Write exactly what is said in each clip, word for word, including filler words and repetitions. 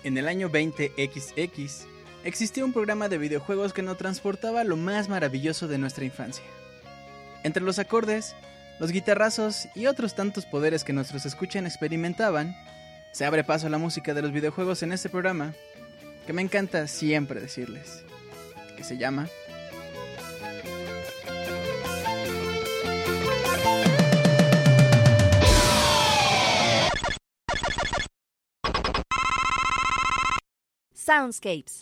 En el año veinte equis equis, existía un programa de videojuegos que nos transportaba a lo más maravilloso de nuestra infancia. Entre los acordes, los guitarrazos y otros tantos poderes que nuestros escuchan experimentaban, se abre paso a la música de los videojuegos en este programa, que me encanta siempre decirles, que se llama Soundscapes.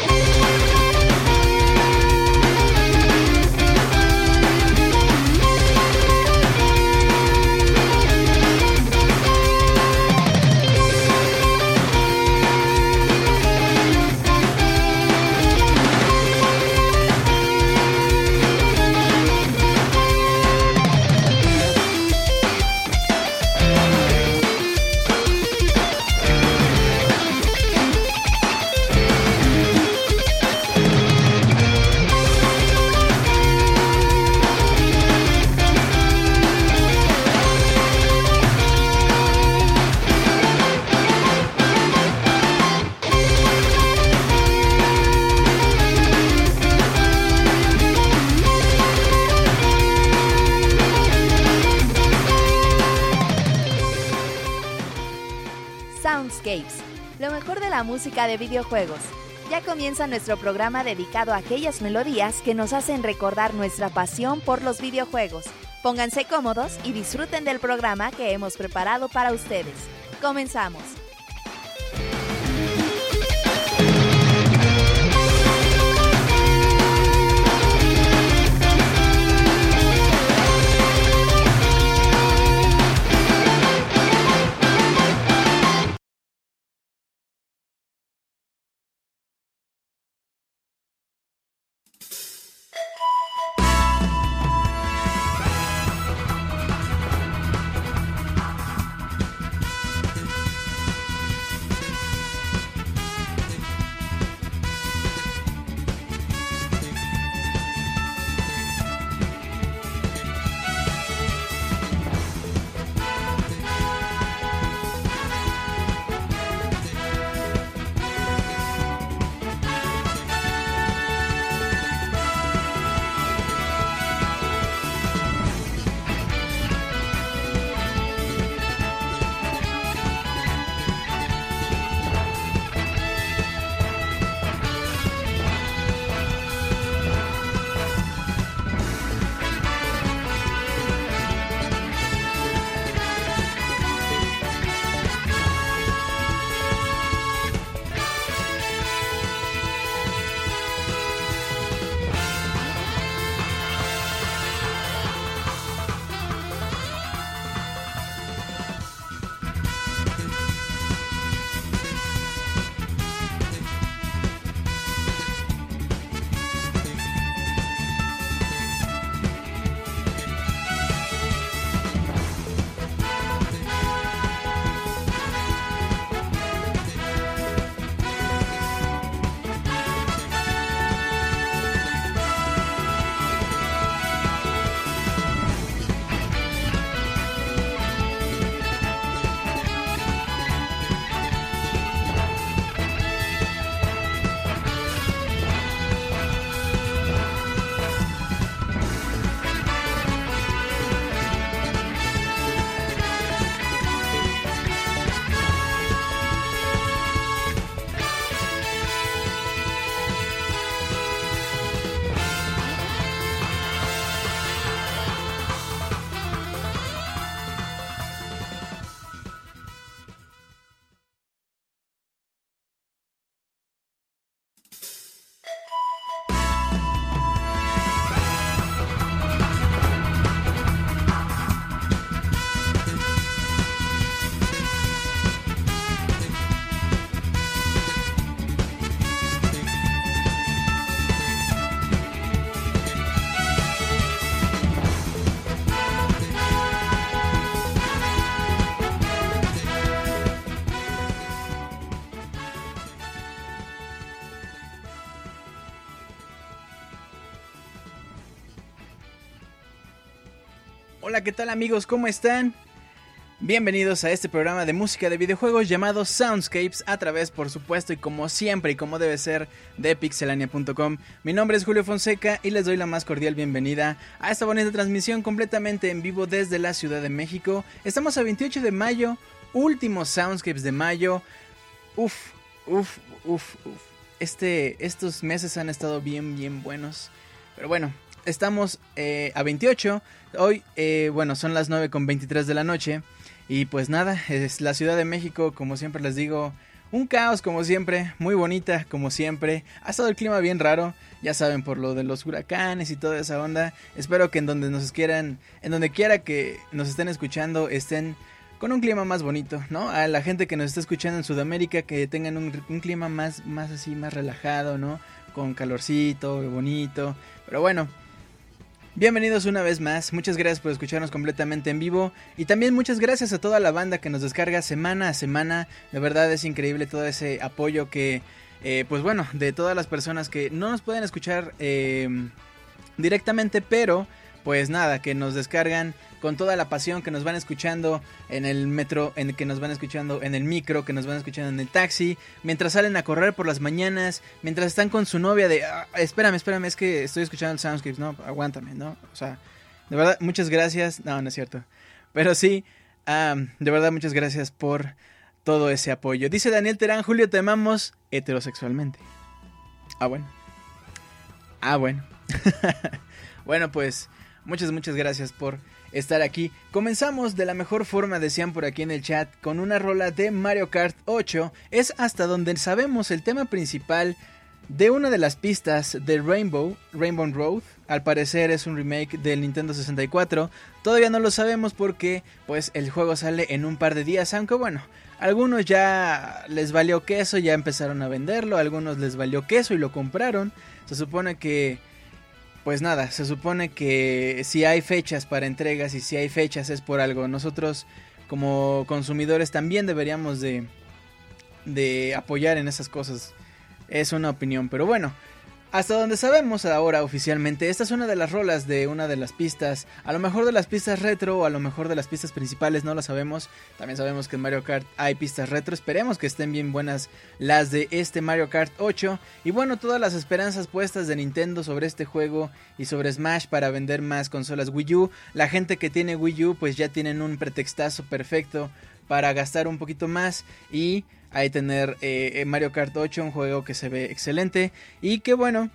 Soundscapes, lo mejor de la música de videojuegos. Ya comienza nuestro programa dedicado a aquellas melodías que nos hacen recordar nuestra pasión por los videojuegos. Pónganse cómodos y disfruten del programa que hemos preparado para ustedes. Comenzamos. Hola, ¿qué tal amigos? ¿Cómo están? Bienvenidos a este programa de música de videojuegos llamado Soundscapes, a través, por supuesto, y como siempre y como debe ser, de pixelania punto com. Mi nombre es Julio Fonseca y les doy la más cordial bienvenida a esta bonita transmisión completamente en vivo desde la Ciudad de México. Estamos a veintiocho de mayo, últimos Soundscapes de mayo. Uf, uf, uf, uf. Este, estos meses han estado bien, bien buenos. Pero bueno, estamos eh, a veintiocho. Hoy, eh, bueno, son las nueve con veintitrés de la noche. Y pues nada, es la Ciudad de México, como siempre les digo, un caos como siempre, muy bonita como siempre. Ha estado el clima bien raro, ya saben, por lo de los huracanes y toda esa onda. Espero que en donde nos quieran, en donde quiera que nos estén escuchando, estén con un clima más bonito, ¿no? A la gente que nos está escuchando en Sudamérica, que tengan un, un clima más, más así, más relajado, ¿no? Con calorcito, bonito. Pero bueno, bienvenidos una vez más, muchas gracias por escucharnos completamente en vivo. Y también muchas gracias a toda la banda que nos descarga semana a semana. De verdad es increíble todo ese apoyo que, eh, pues bueno, de todas las personas que no nos pueden escuchar eh, directamente, pero pues nada, que nos descargan con toda la pasión, que nos van escuchando en el metro, en que nos van escuchando en el micro, que nos van escuchando en el taxi, mientras salen a correr por las mañanas, mientras están con su novia de, ah, espérame, espérame, es que estoy escuchando el Soundscapes, no, aguántame, ¿no? O sea, de verdad, muchas gracias, no, no es cierto, pero sí, um, de verdad, muchas gracias por todo ese apoyo. Dice Daniel Terán, Julio, te amamos heterosexualmente. Ah, bueno. Ah, bueno. Bueno, pues muchas, muchas gracias por estar aquí. Comenzamos de la mejor forma, decían por aquí en el chat, con una rola de Mario Kart ocho. Es hasta donde sabemos el tema principal de una de las pistas de Rainbow, Rainbow Road. Al parecer es un remake del Nintendo sesenta y cuatro. Todavía no lo sabemos porque pues el juego sale en un par de días, aunque bueno, algunos ya les valió queso, ya empezaron a venderlo, a algunos les valió queso y lo compraron. Se supone que Pues nada, se supone que si hay fechas para entregas y si hay fechas es por algo. Nosotros como consumidores también deberíamos de, de apoyar en esas cosas. Es una opinión, pero bueno. Hasta donde sabemos ahora oficialmente, esta es una de las rolas de una de las pistas. A lo mejor de las pistas retro o a lo mejor de las pistas principales, no lo sabemos. También sabemos que en Mario Kart hay pistas retro. Esperemos que estén bien buenas las de este Mario Kart ocho. Y bueno, todas las esperanzas puestas de Nintendo sobre este juego y sobre Smash para vender más consolas Wii U. La gente que tiene Wii U pues ya tienen un pretextazo perfecto para gastar un poquito más y ahí tener eh, Mario Kart ocho, un juego que se ve excelente y que bueno,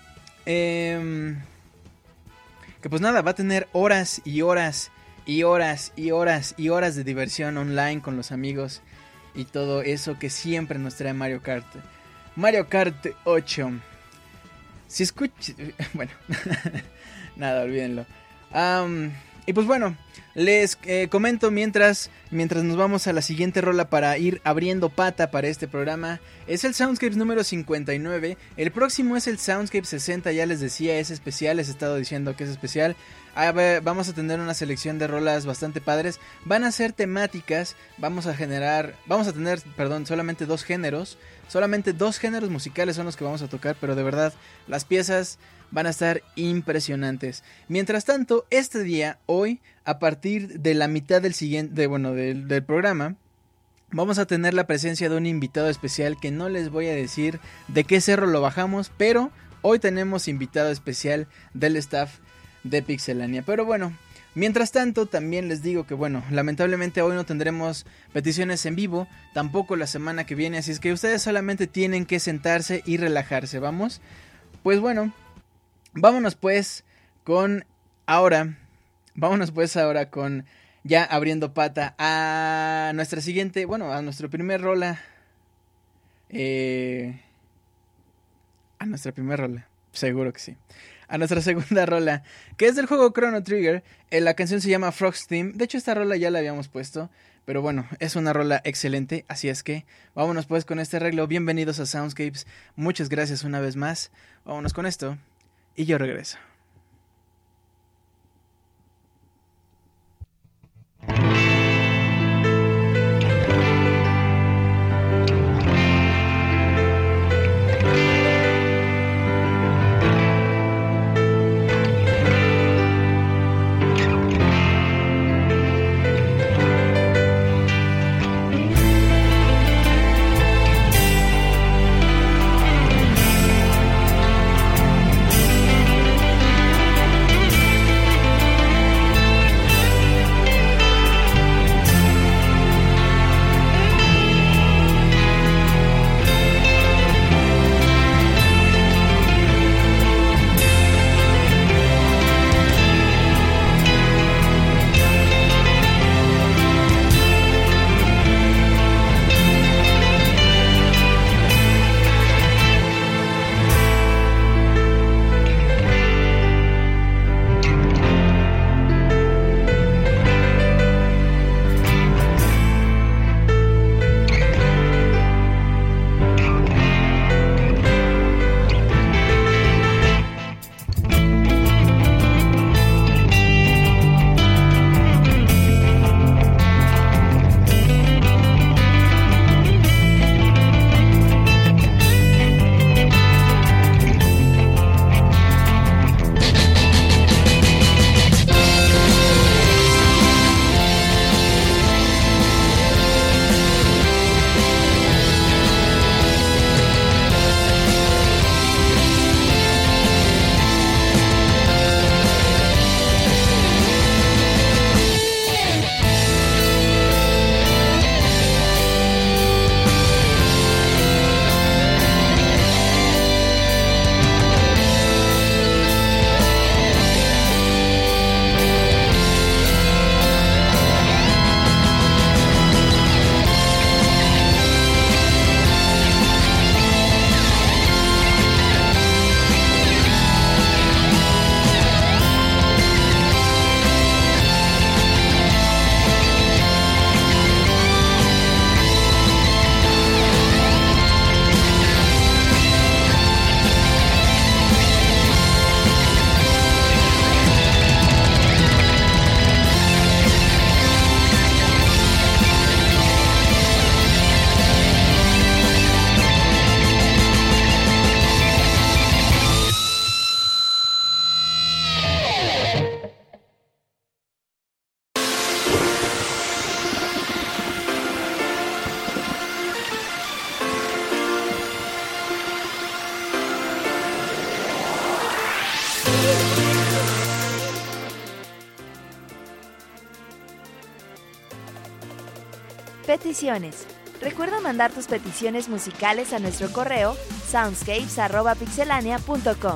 eh, que pues nada, va a tener horas y horas y horas y horas y horas de diversión online con los amigos y todo eso que siempre nos trae Mario Kart. Mario Kart ocho. Si escuchas, bueno, nada, olvídenlo. Um, y pues bueno, les eh, comento mientras, mientras nos vamos a la siguiente rola para ir abriendo pata para este programa. Es el Soundscapes número cincuenta y nueve. El próximo es el Soundscape sesenta, ya les decía, es especial, les he estado diciendo que es especial. A ver, vamos a tener una selección de rolas bastante padres. Van a ser temáticas, vamos a generar, vamos a tener, perdón, solamente dos géneros. Solamente dos géneros musicales son los que vamos a tocar, pero de verdad, las piezas van a estar impresionantes. Mientras tanto, este día, hoy, a partir de la mitad del siguiente, de, bueno, del, del programa, vamos a tener la presencia de un invitado especial que no les voy a decir de qué cerro lo bajamos, pero hoy tenemos invitado especial del staff de Pixelania. Pero bueno, mientras tanto también les digo que bueno, lamentablemente hoy no tendremos peticiones en vivo, tampoco la semana que viene, así es que ustedes solamente tienen que sentarse y relajarse, ¿vamos? Pues bueno, vámonos pues con ahora, vámonos pues ahora con ya abriendo pata a nuestra siguiente, bueno, a nuestro primer rola, eh, a nuestra primer rola, seguro que sí. A nuestra segunda rola, que es del juego Chrono Trigger. eh, La canción se llama Frog's Theme. De hecho esta rola ya la habíamos puesto, pero bueno, es una rola excelente. Así es que vámonos pues con este arreglo. Bienvenidos a Soundscapes. Muchas gracias una vez más. Vámonos con esto y yo regreso. Peticiones. Recuerda mandar tus peticiones musicales a nuestro correo soundscapes arroba pixelania punto com.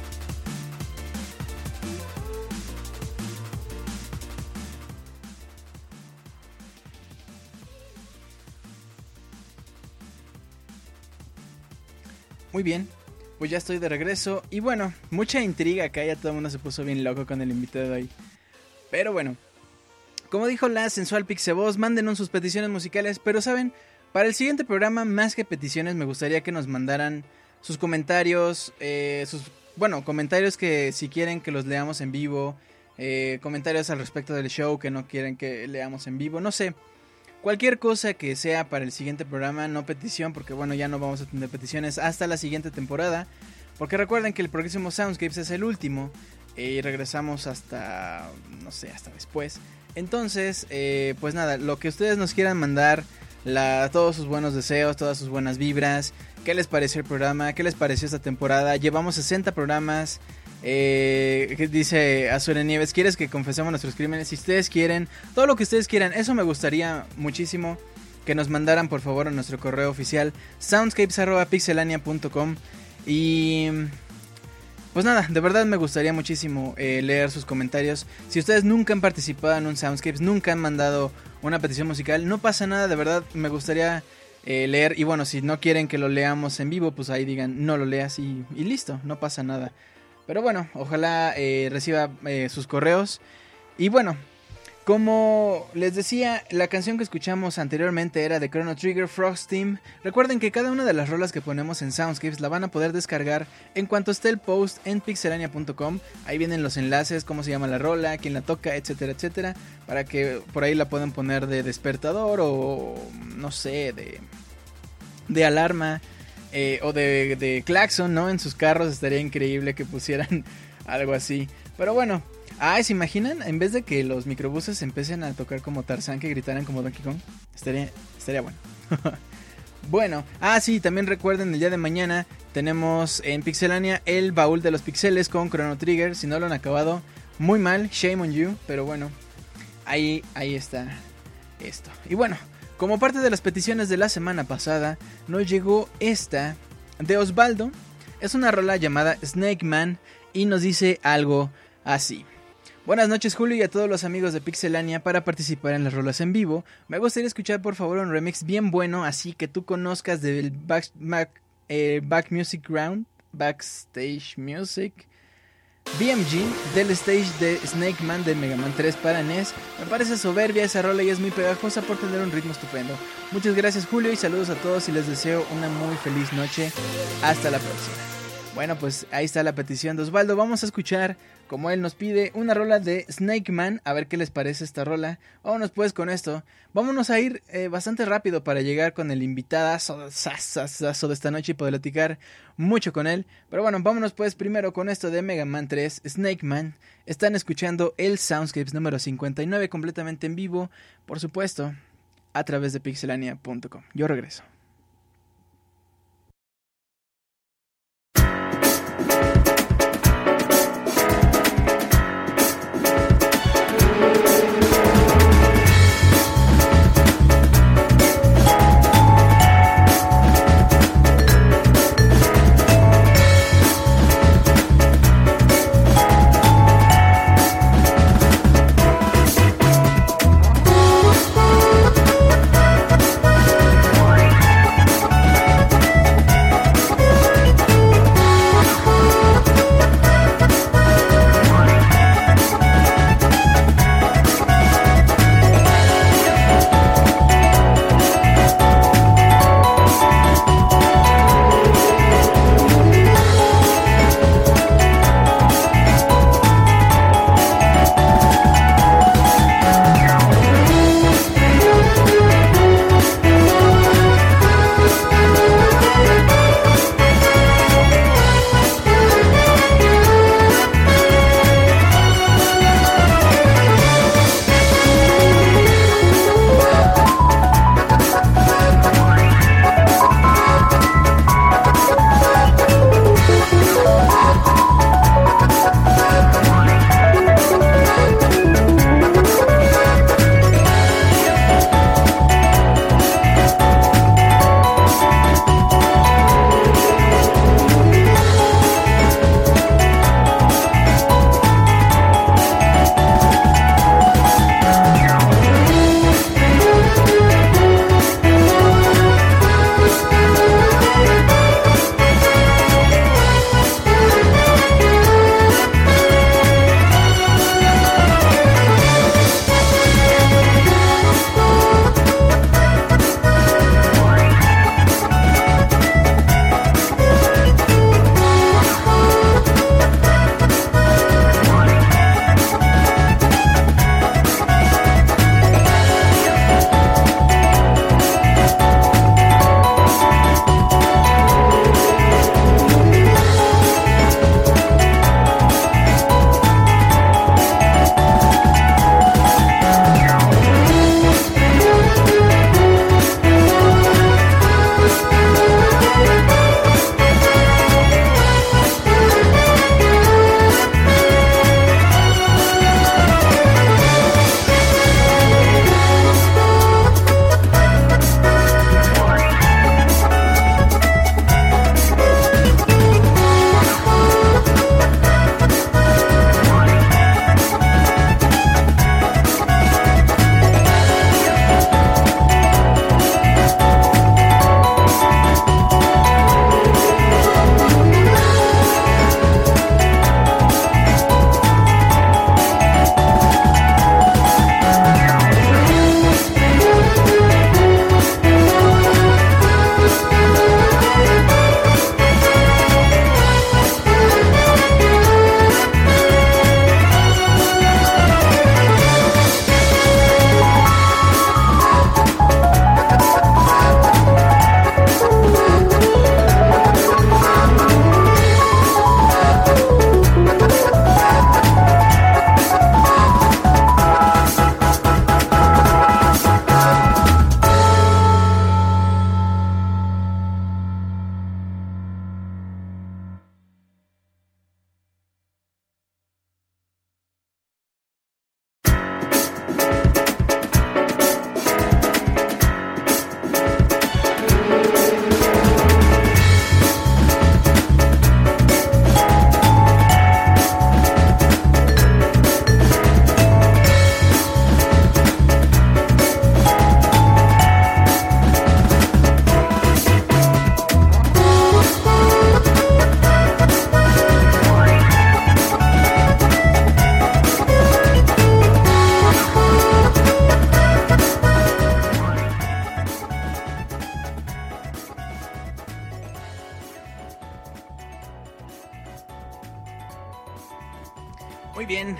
Muy bien, pues ya estoy de regreso. Y bueno, mucha intriga acá, ya todo el mundo se puso bien loco con el invitado ahí. Pero bueno, como dijo la sensual Pixeboss, mándenos sus peticiones musicales. Pero saben, para el siguiente programa, más que peticiones, me gustaría que nos mandaran sus comentarios. Eh, sus, bueno, comentarios que si quieren que los leamos en vivo. Eh, comentarios al respecto del show que no quieren que leamos en vivo. No sé, cualquier cosa que sea para el siguiente programa, no petición, porque bueno, ya no vamos a tener peticiones hasta la siguiente temporada. Porque recuerden que el próximo Soundscapes es el último. Y regresamos hasta, no sé, hasta después. Entonces, eh, pues nada, lo que ustedes nos quieran mandar, la, todos sus buenos deseos, todas sus buenas vibras. ¿Qué les pareció el programa? ¿Qué les pareció esta temporada? Llevamos sesenta programas. Eh, dice Azure Nieves, ¿quieres que confesemos nuestros crímenes? Si ustedes quieren, todo lo que ustedes quieran, eso me gustaría muchísimo que nos mandaran por favor a nuestro correo oficial soundscapes arroba pixelania punto com. Y pues nada, de verdad me gustaría muchísimo eh, leer sus comentarios. Si ustedes nunca han participado en un Soundscapes, nunca han mandado una petición musical, no pasa nada, de verdad me gustaría eh, leer. Y bueno, si no quieren que lo leamos en vivo, pues ahí digan no lo leas y, y listo, no pasa nada. Pero bueno, ojalá eh, reciba eh, sus correos. Y bueno, como les decía, la canción que escuchamos anteriormente era de Chrono Trigger, Frogs Team. Recuerden que cada una de las rolas que ponemos en Soundscapes la van a poder descargar en cuanto esté el post en pixelania punto com. Ahí vienen los enlaces, cómo se llama la rola, quién la toca, etcétera, etcétera. Para que por ahí la puedan poner de despertador o no sé, de, de alarma. Eh, o de, de claxon, ¿no? En sus carros estaría increíble que pusieran algo así. Pero bueno, ah, ¿se imaginan? En vez de que los microbuses empiecen a tocar como Tarzán, que gritaran como Donkey Kong. Estaría, estaría bueno. Bueno, ah sí, también recuerden el día de mañana tenemos en Pixelania el baúl de los pixeles con Chrono Trigger. Si no lo han acabado, muy mal, shame on you. Pero bueno, ahí, ahí está esto. Y bueno, como parte de las peticiones de la semana pasada, nos llegó esta de Osvaldo. Es una rola llamada Snake Man y nos dice algo así. Buenas noches Julio y a todos los amigos de Pixelania. Para participar en las rolas en vivo, me gustaría escuchar por favor un remix bien bueno, así que tú conozcas del back, back, eh, back Music Ground, Backstage Music, B M G, del stage de Snake Man de Mega Man tres para N E S. Me parece soberbia esa rola y es muy pegajosa por tener un ritmo estupendo. Muchas gracias Julio y saludos a todos y les deseo una muy feliz noche. Hasta la próxima. Bueno, pues ahí está la petición de Osvaldo. Vamos a escuchar, como él nos pide, una rola de Snake Man. A ver qué les parece esta rola. Vámonos pues con esto. Vámonos a ir eh, bastante rápido para llegar con el invitadazo de esta noche y poder platicar mucho con él. Pero bueno, vámonos pues primero con esto de Mega Man tres, Snake Man. Están escuchando el Soundscapes número cincuenta y nueve completamente en vivo, por supuesto, a través de pixelania punto com. Yo regreso. Bye.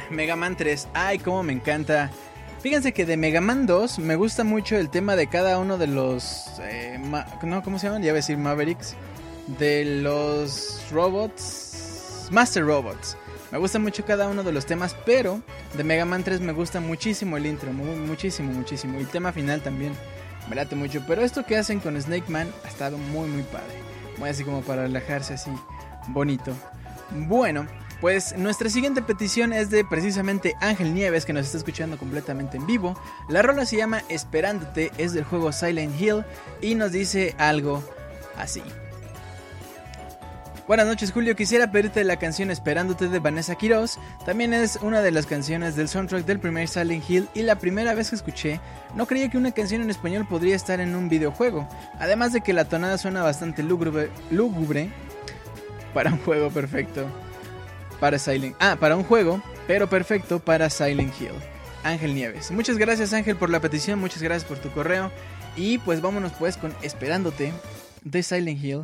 Mega Man tres. Ay, cómo me encanta. Fíjense que de Mega Man dos me gusta mucho el tema de cada uno de los... Eh, ma- no, ¿cómo se llaman? Ya voy a decir Mavericks. De los robots... Master Robots. Me gusta mucho cada uno de los temas, pero de Mega Man tres me gusta muchísimo el intro. Muy, muchísimo, muchísimo. Y el tema final también me late mucho. Pero esto que hacen con Snake Man ha estado muy, muy padre. Muy así como para relajarse así. Bonito. Bueno... Pues nuestra siguiente petición es de precisamente Ángel Nieves, que nos está escuchando completamente en vivo. La rola se llama Esperándote, es del juego Silent Hill y nos dice algo así. Buenas noches, Julio, quisiera pedirte la canción Esperándote de Vanessa Quiroz. También es una de las canciones del soundtrack del primer Silent Hill y la primera vez que escuché no creía que una canción en español podría estar en un videojuego. Además de que la tonada suena bastante lúgubre, lúgubre para un juego perfecto. Para Silent... Ah, para un juego, pero perfecto para Silent Hill. Ángel Nieves. Muchas gracias, Ángel, por la petición. Muchas gracias por tu correo. Y pues vámonos pues con Esperándote de Silent Hill.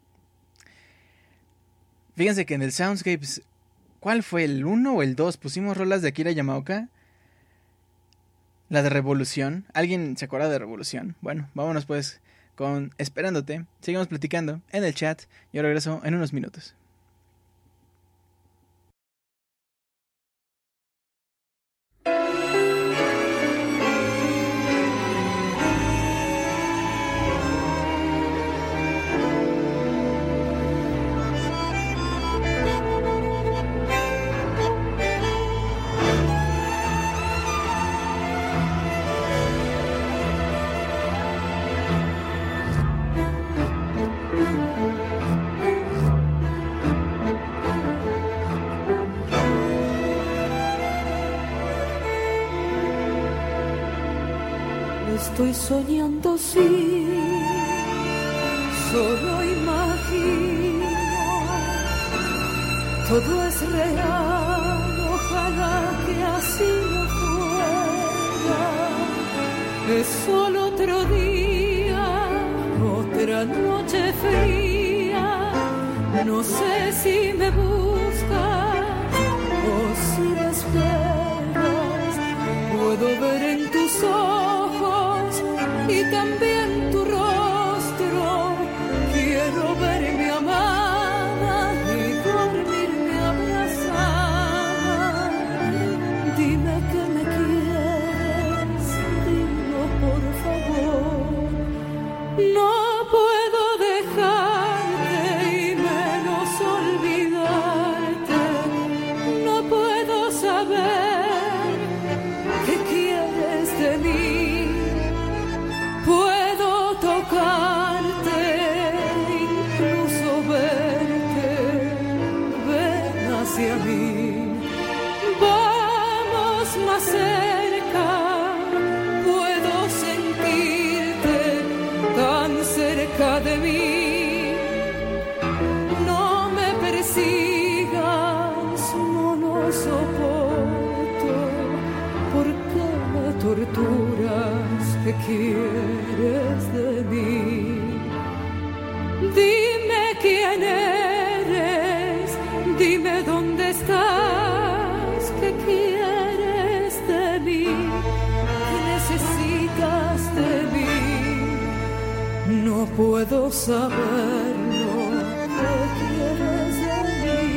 Fíjense que en el Soundscapes... ¿Cuál fue? ¿El uno o el dos? Pusimos rolas de Akira Yamaoka. La de Revolución. ¿Alguien se acuerda de Revolución? Bueno, vámonos pues con Esperándote. Sigamos platicando en el chat. Yo regreso en unos minutos. Estoy soñando, sí, solo imagino, todo es real, ojalá que así no fuera. Es solo otro día, otra noche fría, no sé si me buscas o si me esperas, puedo ver en tus ojos y también tu rostro, quiero verme amada y dormirme abrazada. Dime que me quieres, dilo por favor. No puedo dejarte y menos olvidarte. No puedo saber qué quieres de mí. Puedo tocarte, incluso verte, ven hacia mí. Vamos más cerca, puedo sentirte tan cerca de mí. No me persigas, no lo soporto, porque me torturas. ¿Qué quieres de mí? Dime quién eres, dime dónde estás. ¿Qué quieres de mí? ¿Qué necesitas de mí? No puedo saberlo. ¿Qué quieres de mí?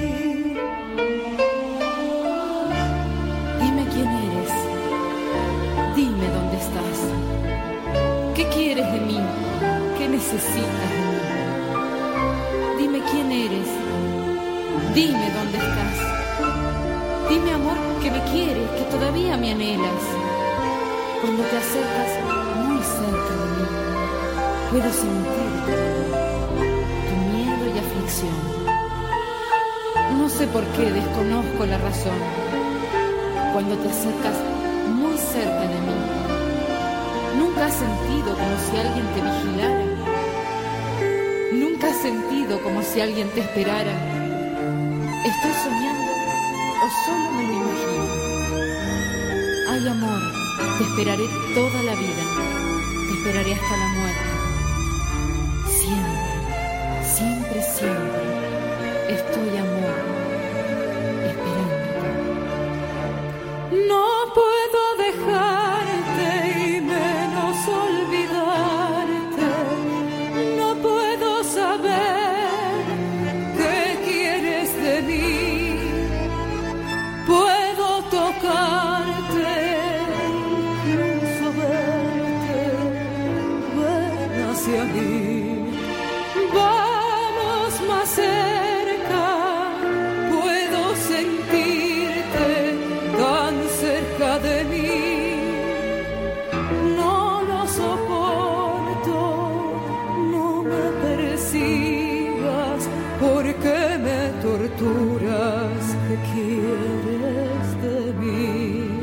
Dime quién eres. Dime dónde estás. ¿Qué quieres de mí? ¿Qué necesitas de mí? Dime quién eres. Dime dónde estás. Dime, amor, que me quieres, que todavía me anhelas. Cuando te acercas muy cerca de mí, puedo sentir tu miedo y aflicción. No sé por qué, desconozco la razón. Cuando te acercas muy cerca de mí, ¿nunca has sentido como si alguien te vigilara? ¿Nunca has sentido como si alguien te esperara? ¿Estoy soñando o solo me lo imagino? Ay, amor, te esperaré toda la vida, te esperaré hasta la muerte. Siempre, siempre, siempre estoy, amor, esperándote. hacia mí. Vamos más cerca, puedo sentirte tan cerca de mí. No lo soporto, no me persigas, porque me torturas. ¿Qué quieres de mí?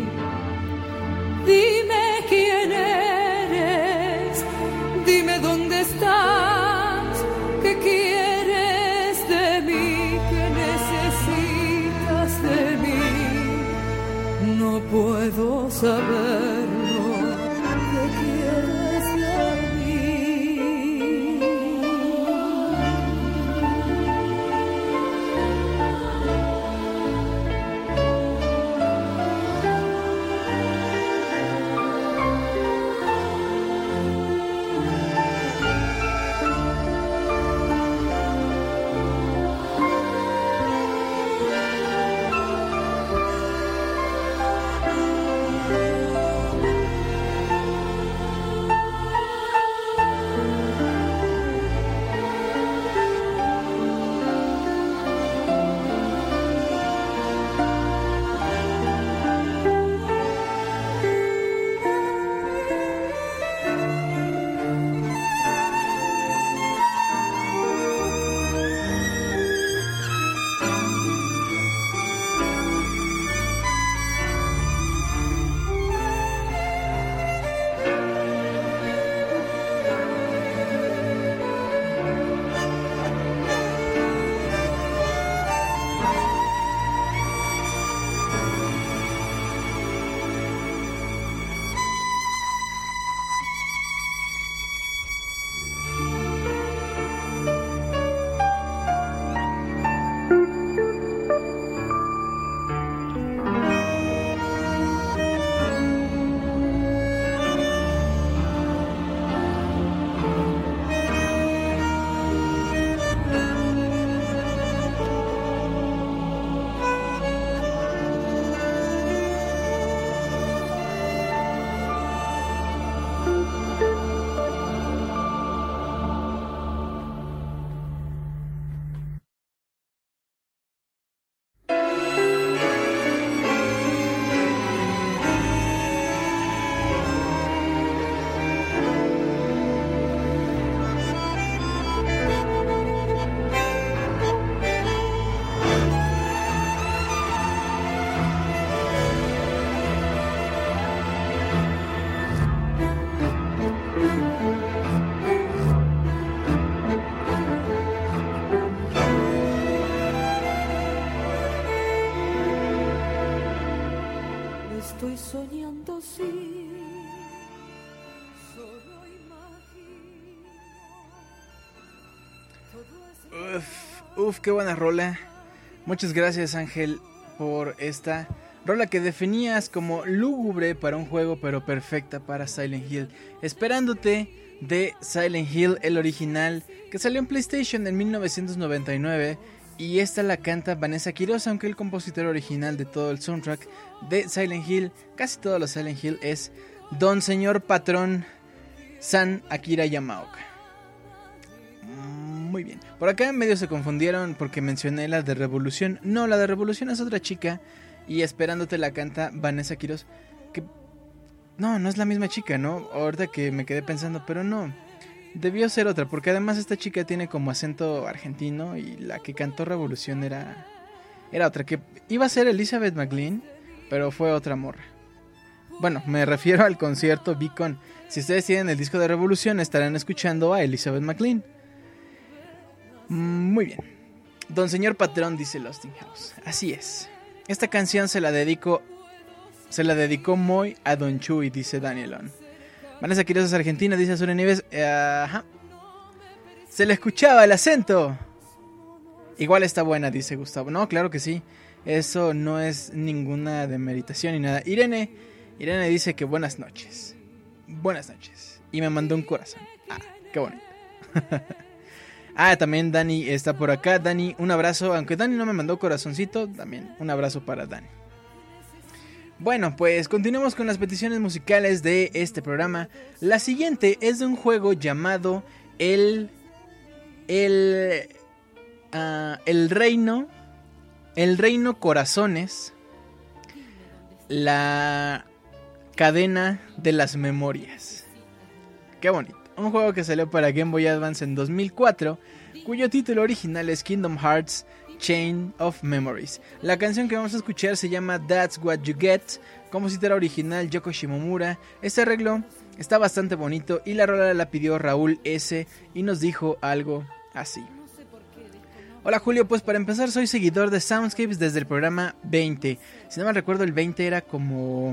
Dime quién eres, dime dónde estás, qué quieres de mí, qué necesitas de mí. No puedo saberlo, qué quieres de mí. Estoy soñando, sí, solo imagino. Uf, uf, qué buena rola. Muchas gracias, Ángel, por esta rola que definías como lúgubre para un juego, pero perfecta para Silent Hill. Esperándote de Silent Hill, el original, que salió en PlayStation en mil novecientos noventa y nueve. Y esta la canta Vanessa Quiroz, aunque el compositor original de todo el soundtrack de Silent Hill, casi todos los Silent Hill, es Don Señor Patrón San Akira Yamaoka. Muy bien. Por acá en medio se confundieron porque mencioné la de Revolución. No, la de Revolución es otra chica. Y Esperándote la canta Vanessa Quiroz. Que no, no es la misma chica, ¿no? Ahorita que me quedé pensando, pero no. Debió ser otra, porque además esta chica tiene como acento argentino y la que cantó Revolución era era otra, que iba a ser Elizabeth McLean, pero fue otra morra. Bueno, me refiero al concierto Beacon. Si ustedes tienen el disco de Revolución, estarán escuchando a Elizabeth McLean. Muy bien. Don Señor Patrón, dice Losting House. Así es. Esta canción se la dedico se la dedicó Moy a Don Chuy, dice Danielon. Vanessa Quiroz es argentina, dice Azure Nieves. Uh, ajá. Se le escuchaba el acento. Igual está buena, dice Gustavo. No, claro que sí. Eso no es ninguna demeritación ni nada. Irene, Irene dice que buenas noches. Buenas noches. Y me mandó un corazón. Ah, qué bonito. Ah, también Dani está por acá. Dani, un abrazo. Aunque Dani no me mandó corazoncito, también un abrazo para Dani. Bueno, pues continuemos con las peticiones musicales de este programa. La siguiente es de un juego llamado El... El... Uh, el Reino... El Reino Corazones. La cadena de las memorias. Qué bonito. Un juego que salió para Game Boy Advance en dos mil cuatro, cuyo título original es Kingdom Hearts Chain of Memories. La canción que vamos a escuchar se llama That's What You Get, compositora original Yoko Shimomura. Este arreglo está bastante bonito y la rola la pidió Raúl S. y nos dijo algo así. Hola Julio, pues para empezar soy seguidor de Soundscapes desde el programa veinte. Si no me recuerdo el veinte era como...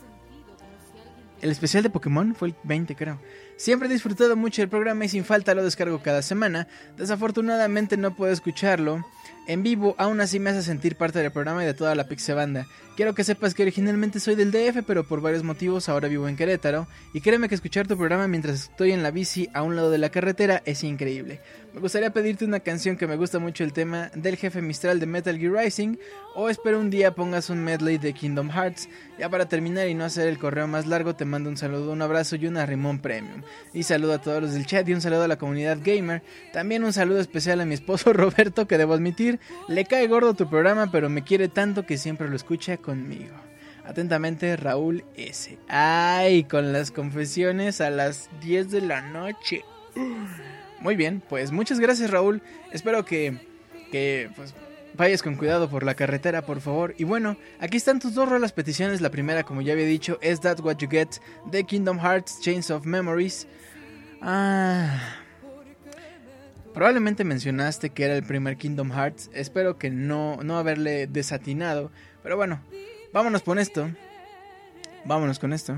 el especial de Pokémon, fue el veinte creo. Siempre he disfrutado mucho del programa y sin falta lo descargo cada semana. Desafortunadamente no puedo escucharlo en vivo, aún así me hace sentir parte del programa y de toda la Pixebanda. Quiero que sepas que originalmente soy del D F, pero por varios motivos ahora vivo en Querétaro. Y créeme que escuchar tu programa mientras estoy en la bici a un lado de la carretera es increíble. Me gustaría pedirte una canción que me gusta mucho el tema del jefe Mistral de Metal Gear Rising, o espero un día pongas un medley de Kingdom Hearts. Ya para terminar y no hacer el correo más largo, te mando un saludo, un abrazo y una rimón premium. Y saludo a todos los del chat y un saludo a la comunidad gamer. También un saludo especial a mi esposo Roberto, que debo admitir, le cae gordo tu programa, pero me quiere tanto que siempre lo escucha conmigo. Atentamente, Raúl S. Ay, con las confesiones a las diez de la noche. Muy bien, pues muchas gracias Raúl. Espero que, que pues, vayas con cuidado por la carretera, por favor. Y bueno, aquí están tus dos rolas peticiones. La primera, como ya había dicho, es That's What You Get de Kingdom Hearts Chains of Memories. Ah, probablemente mencionaste que era el primer Kingdom Hearts. Espero que no, no haberle desatinado. Pero bueno, vámonos con esto. Vámonos con esto.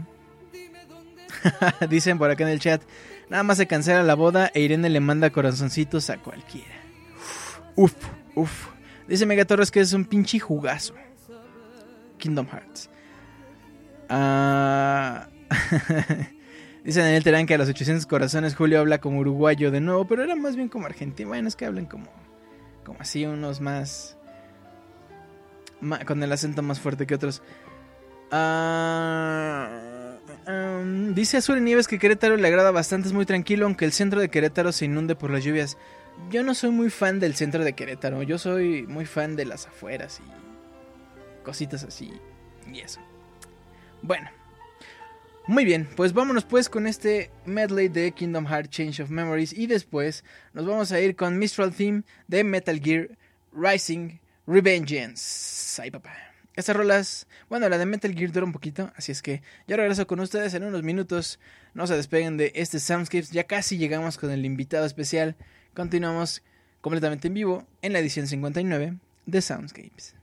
Dicen por acá en el chat, nada más se cancela la boda e Irene le manda corazoncitos a cualquiera. Uf, uf. Dice Megatorres que es un pinche jugazo. Kingdom Hearts. Ah... Dice Daniel Terán que a los ochocientos corazones Julio habla como uruguayo de nuevo, pero era más bien como argentino. Bueno, es que hablan como, como así, unos más, más con el acento más fuerte que otros. Uh, um, dice Azul Nieves que Querétaro le agrada bastante, es muy tranquilo, aunque el centro de Querétaro se inunde por las lluvias. Yo no soy muy fan del centro de Querétaro, yo soy muy fan de las afueras y cositas así y eso. Bueno. Muy bien, pues vámonos pues con este medley de Kingdom Hearts Change of Memories y después nos vamos a ir con Mistral Theme de Metal Gear Rising Revengeance. Ay papá, estas rolas, bueno, la de Metal Gear dura un poquito, así es que yo regreso con ustedes en unos minutos. No se despeguen de este Soundscapes, ya casi llegamos con el invitado especial. Continuamos completamente en vivo en la edición cincuenta y nueve de Soundscapes.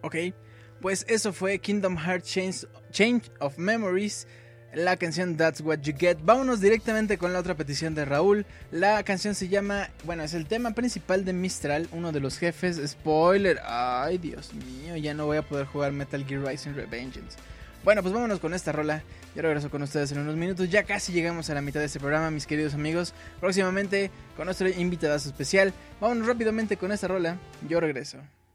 Ok, pues eso fue Kingdom Hearts Change, Change of Memories, la canción That's What You Get. Vámonos directamente con la otra petición de Raúl. La canción se llama, bueno, es el tema principal de Mistral, uno de los jefes. Spoiler, ay Dios mío, ya no voy a poder jugar Metal Gear Rising: Revengeance. Bueno, pues vámonos con esta rola. Yo regreso con ustedes en unos minutos. Ya casi llegamos a la mitad de este programa, mis queridos amigos. Próximamente con nuestro invitadazo especial. Vámonos rápidamente con esta rola. Yo regreso.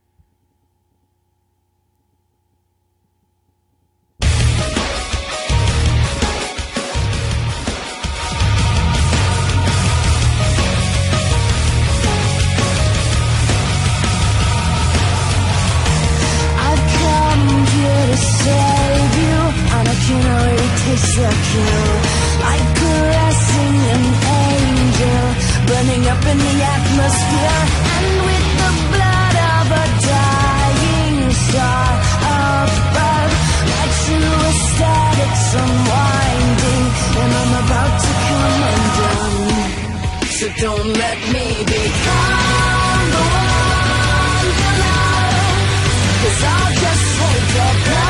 Save you, and I can already taste the kill. Like caressing an angel, burning up in the atmosphere. And with the blood of a dying star above, my true aesthetics unwinding, and I'm about to come undone. So don't let me become the one you love, 'cause I'll just hold your blood.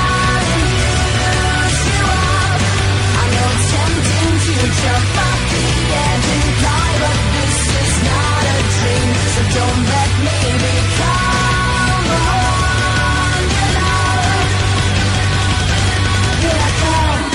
Jump off the edge and die, but this is not a dream. So don't let me become the one you love. Here I come.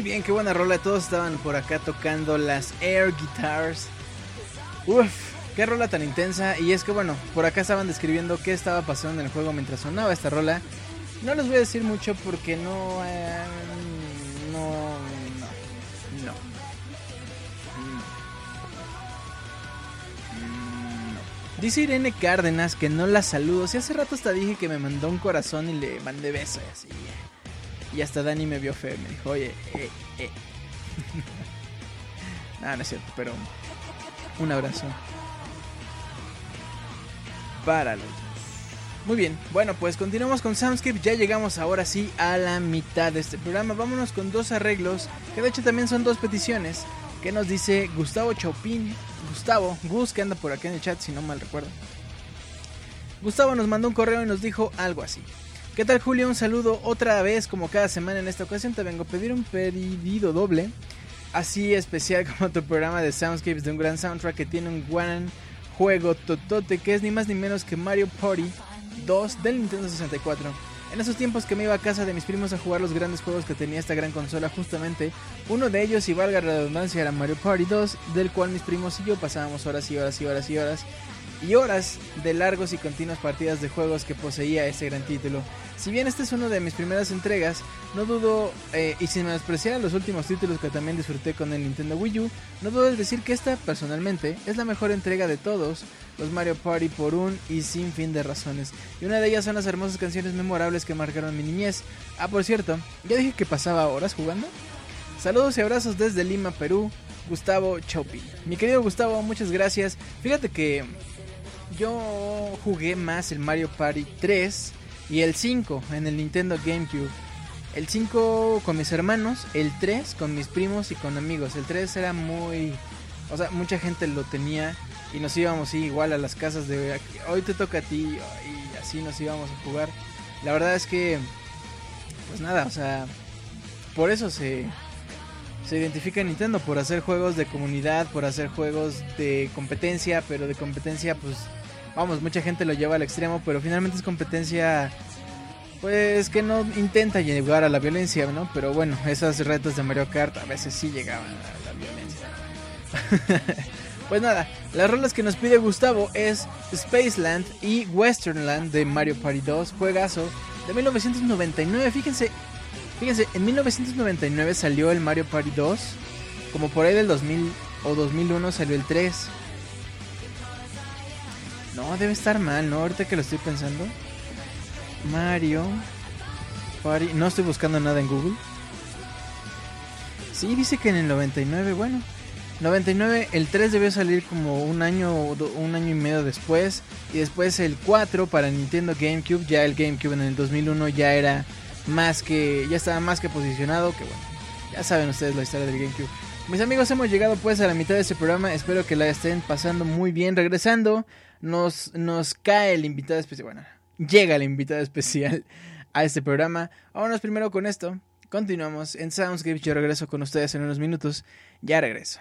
bien, qué buena rola. Todos estaban por acá tocando las air guitars. Uf, qué rola tan intensa. Y es que bueno, por acá estaban describiendo qué estaba pasando en el juego mientras sonaba esta rola. No les voy a decir mucho porque no... Eh, no... No. No. Dice Irene Cárdenas que no la saludo. Si hace rato hasta dije que me mandó un corazón y le mandé beso y así. Y hasta Dani me vio feo. Me dijo, oye, eh, eh. Ah, no es cierto, pero un abrazo para los dos. Muy bien, bueno, pues continuamos con Soundscape. Ya llegamos ahora sí a la mitad de este programa. Vámonos con dos arreglos, que de hecho también son dos peticiones, que nos dice Gustavo Chopin. Gustavo, Gus, que anda por acá en el chat si no mal recuerdo. Gustavo nos mandó un correo y nos dijo algo así: ¿qué tal, Julio? Un saludo otra vez, como cada semana. En esta ocasión te vengo a pedir un pedido doble, así especial como tu programa de Soundscapes, de un gran soundtrack que tiene un gran juego totote, que es ni más ni menos que Mario Party dos del Nintendo sesenta y cuatro. En esos tiempos que me iba a casa de mis primos a jugar los grandes juegos que tenía esta gran consola, justamente uno de ellos, y valga la redundancia, era Mario Party dos, del cual mis primos y yo pasábamos horas y horas y horas y horas y horas de largos y continuas partidas de juegos que poseía este gran título. Si bien este es uno de mis primeras entregas, no dudo, eh, y sin menospreciar los últimos títulos que también disfruté con el Nintendo Wii U, no dudo en decir que esta, personalmente, es la mejor entrega de todos los Mario Party por un y sin fin de razones. Y una de ellas son las hermosas canciones memorables que marcaron mi niñez. Ah, por cierto, ¿ya dije que pasaba horas jugando? Saludos y abrazos desde Lima, Perú, Gustavo Chopi. Mi querido Gustavo, muchas gracias. Fíjate que yo jugué más el Mario Party tres y el cinco en el Nintendo GameCube. El cinco con mis hermanos, el tres con mis primos y con amigos. El tres era muy... O sea, mucha gente lo tenía y nos íbamos sí, igual a las casas de... Hoy te toca a ti y así nos íbamos a jugar. La verdad es que... Pues nada, o sea... Por eso se... Se identifica Nintendo, por hacer juegos de comunidad, por hacer juegos de competencia, pero de competencia pues... Vamos, mucha gente lo lleva al extremo, pero finalmente es competencia... Pues que no intenta llegar a la violencia, ¿no? Pero bueno, esos retos de Mario Kart a veces sí llegaban a la violencia. Pues nada, las rolas que nos pide Gustavo es Spaceland y Westernland de Mario Party dos, juegazo de mil novecientos noventa y nueve. Fíjense, fíjense, en mil novecientos noventa y nueve salió el Mario Party dos, como por ahí del dos mil o dos mil uno salió el tres. No, debe estar mal, ¿no? Ahorita que lo estoy pensando. Mario Party... No estoy buscando nada en Google. Sí, dice que en el noventa y nueve, bueno... noventa y nueve, el tres debió salir como un año, un año y medio después. Y después el cuatro para Nintendo GameCube. Ya el GameCube en el dos mil uno ya era más que... Ya estaba más que posicionado, que bueno... Ya saben ustedes la historia del GameCube. Mis amigos, hemos llegado pues a la mitad de este programa. Espero que la estén pasando muy bien. Regresando, nos, nos cae el invitado especial. Bueno... Llega el invitado especial a este programa. Vámonos primero con esto. Continuamos en Soundscape. Yo regreso con ustedes en unos minutos. Ya regreso.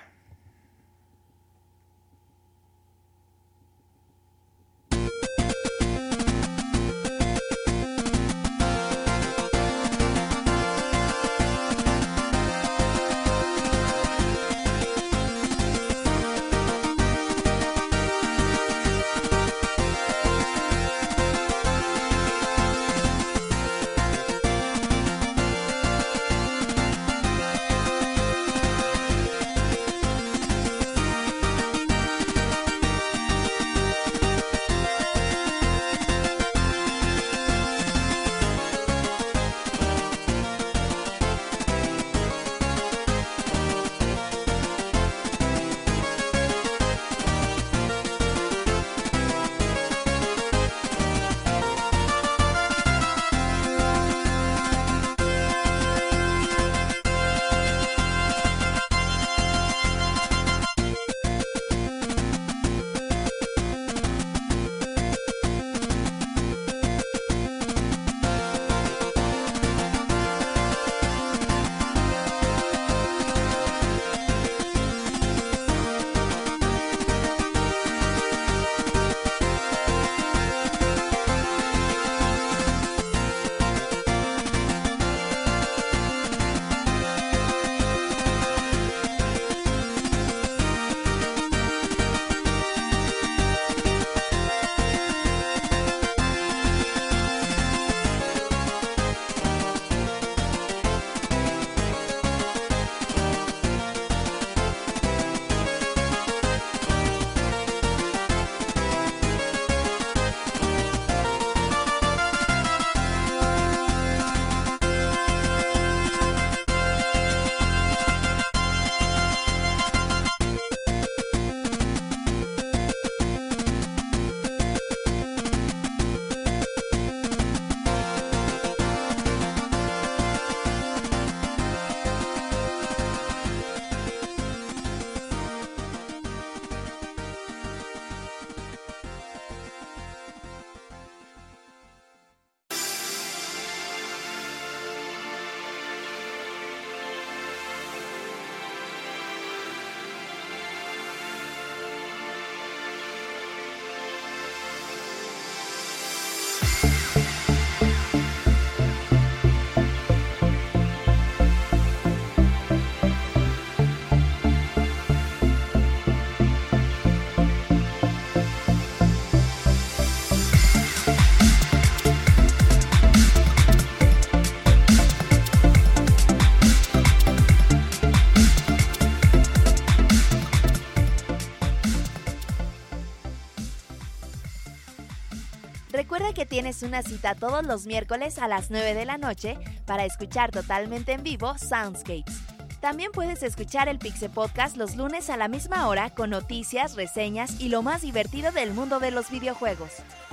Recuerda que tienes una cita todos los miércoles a las nueve de la noche para escuchar totalmente en vivo Soundscapes. También puedes escuchar el Pixel Podcast los lunes a la misma hora con noticias, reseñas y lo más divertido del mundo de los videojuegos.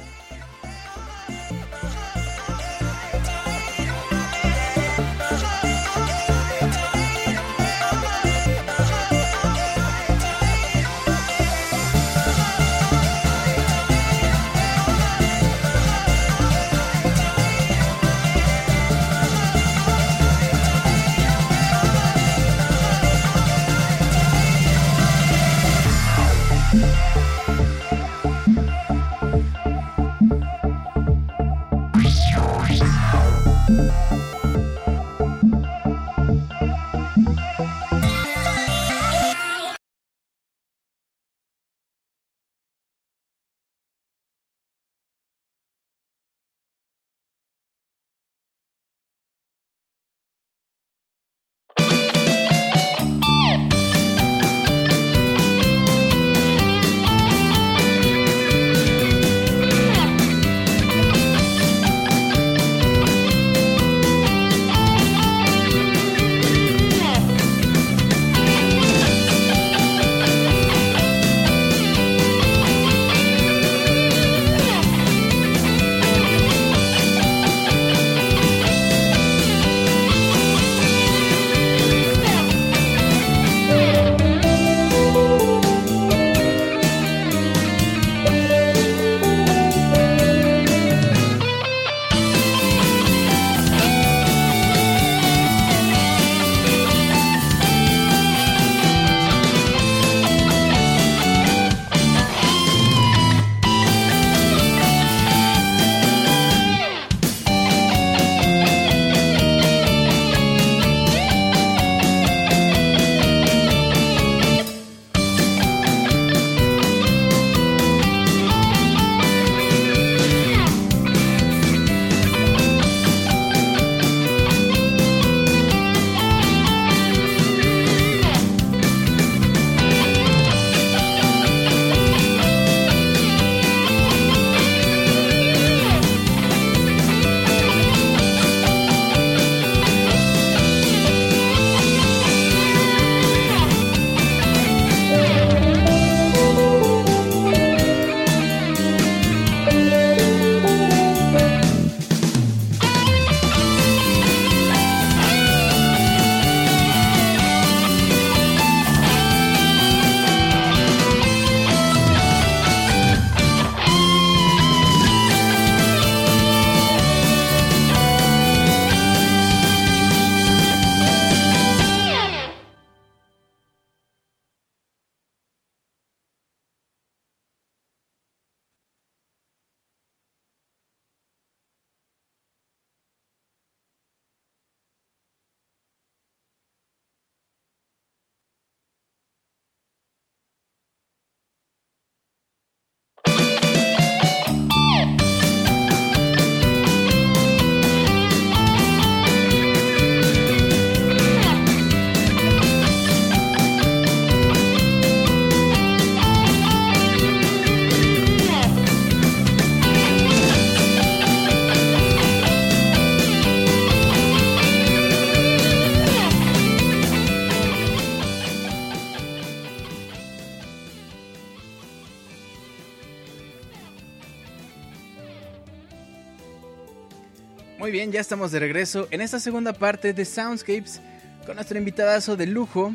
Muy bien, ya estamos de regreso en esta segunda parte de Soundscapes con nuestro invitadazo de lujo.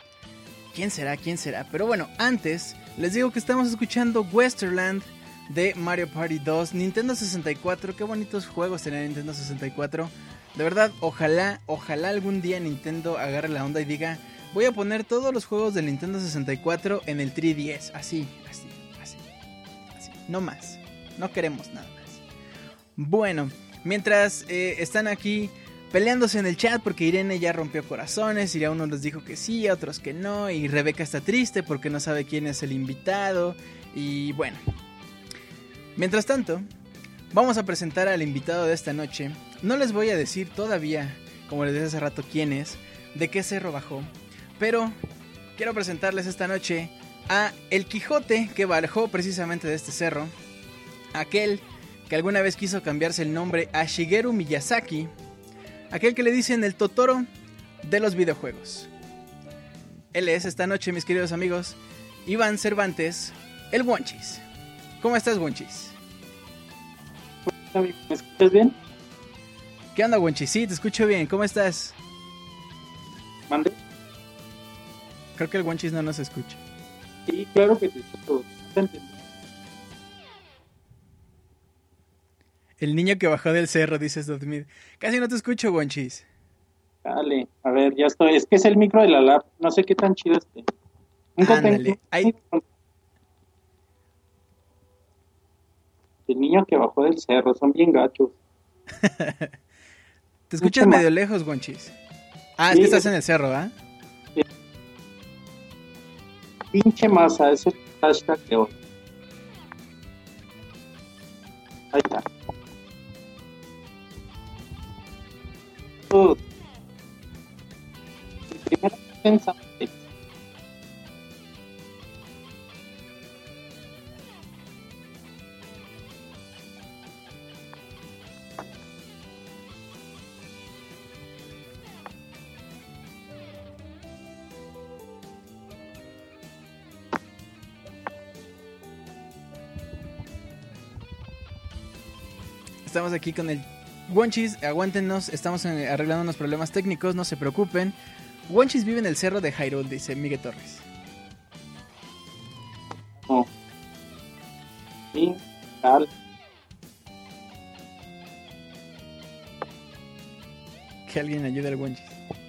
¿Quién será? ¿Quién será? Pero bueno, antes les digo que estamos escuchando Westerland de Mario Party dos, Nintendo sesenta y cuatro. Qué bonitos juegos tenía Nintendo sesenta y cuatro. De verdad, ojalá, ojalá algún día Nintendo agarre la onda y diga: voy a poner todos los juegos del Nintendo sesenta y cuatro en el tres D S. Así, así, así, así. No más. No queremos nada más. Bueno, mientras eh, están aquí peleándose en el chat porque Irene ya rompió corazones y a unos les dijo que sí, a otros que no, y Rebeca está triste porque no sabe quién es el invitado. Y bueno, mientras tanto, vamos a presentar al invitado de esta noche. No les voy a decir todavía, como les dije hace rato, quién es, de qué cerro bajó, pero quiero presentarles esta noche a el Quijote que bajó precisamente de este cerro, aquel que alguna vez quiso cambiarse el nombre a Shigeru Miyazaki, aquel que le dicen el Totoro de los videojuegos. Él es esta noche, mis queridos amigos, Iván Cervantes, el Wonchis. ¿Cómo estás, Wonchis? ¿Me escuchas bien? ¿Qué onda, Wonchis? Sí, te escucho bien. ¿Cómo estás? ¿Mande? Creo que el Wonchis no nos escucha. Sí, claro que te escucho. ¿Te entiendes? El niño que bajó del cerro, dices Dotmid. Casi no te escucho, Wonchis. Dale, a ver, ya estoy. Es que es el micro de la lap. No sé qué tan chido esté. Nunca Ándale, tengo... ahí- El niño que bajó del cerro, son bien gachos. Te escuchas Mucho medio más. lejos, Wonchis. Ah, es Sí, que estás es- en el cerro, ¿ah? Pinche masa, ese es el hashtag de hoy. Ahí está. Uh. Mi primera defensa. Estamos aquí con el Wonchis, aguántenos, estamos en- arreglando unos problemas técnicos, no se preocupen. Wonchis vive en el cerro de Hyrule, dice Miguel Torres. No. Sí, tal. Que alguien ayude al Wonchis.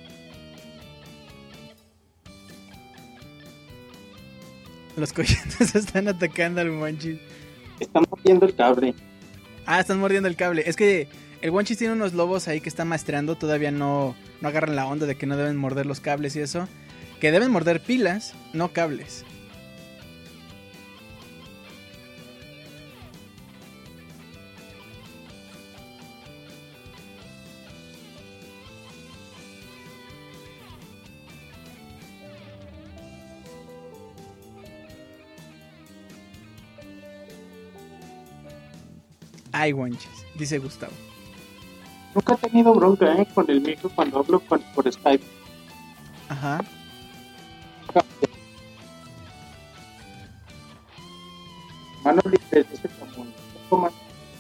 Los coyotes están atacando al Wonchis. Están moviendo el cable. Ah, están mordiendo el cable. Es que el Wonchis tiene unos lobos ahí que están maestreando. Todavía no, no agarran la onda de que no deben morder los cables y eso. Que deben morder pilas, no cables. Ay, Wonchis, dice Gustavo. Nunca he tenido bronca, ¿eh? Con el micro cuando hablo con, por Skype. Ajá. Mano libre, dice como un poco más.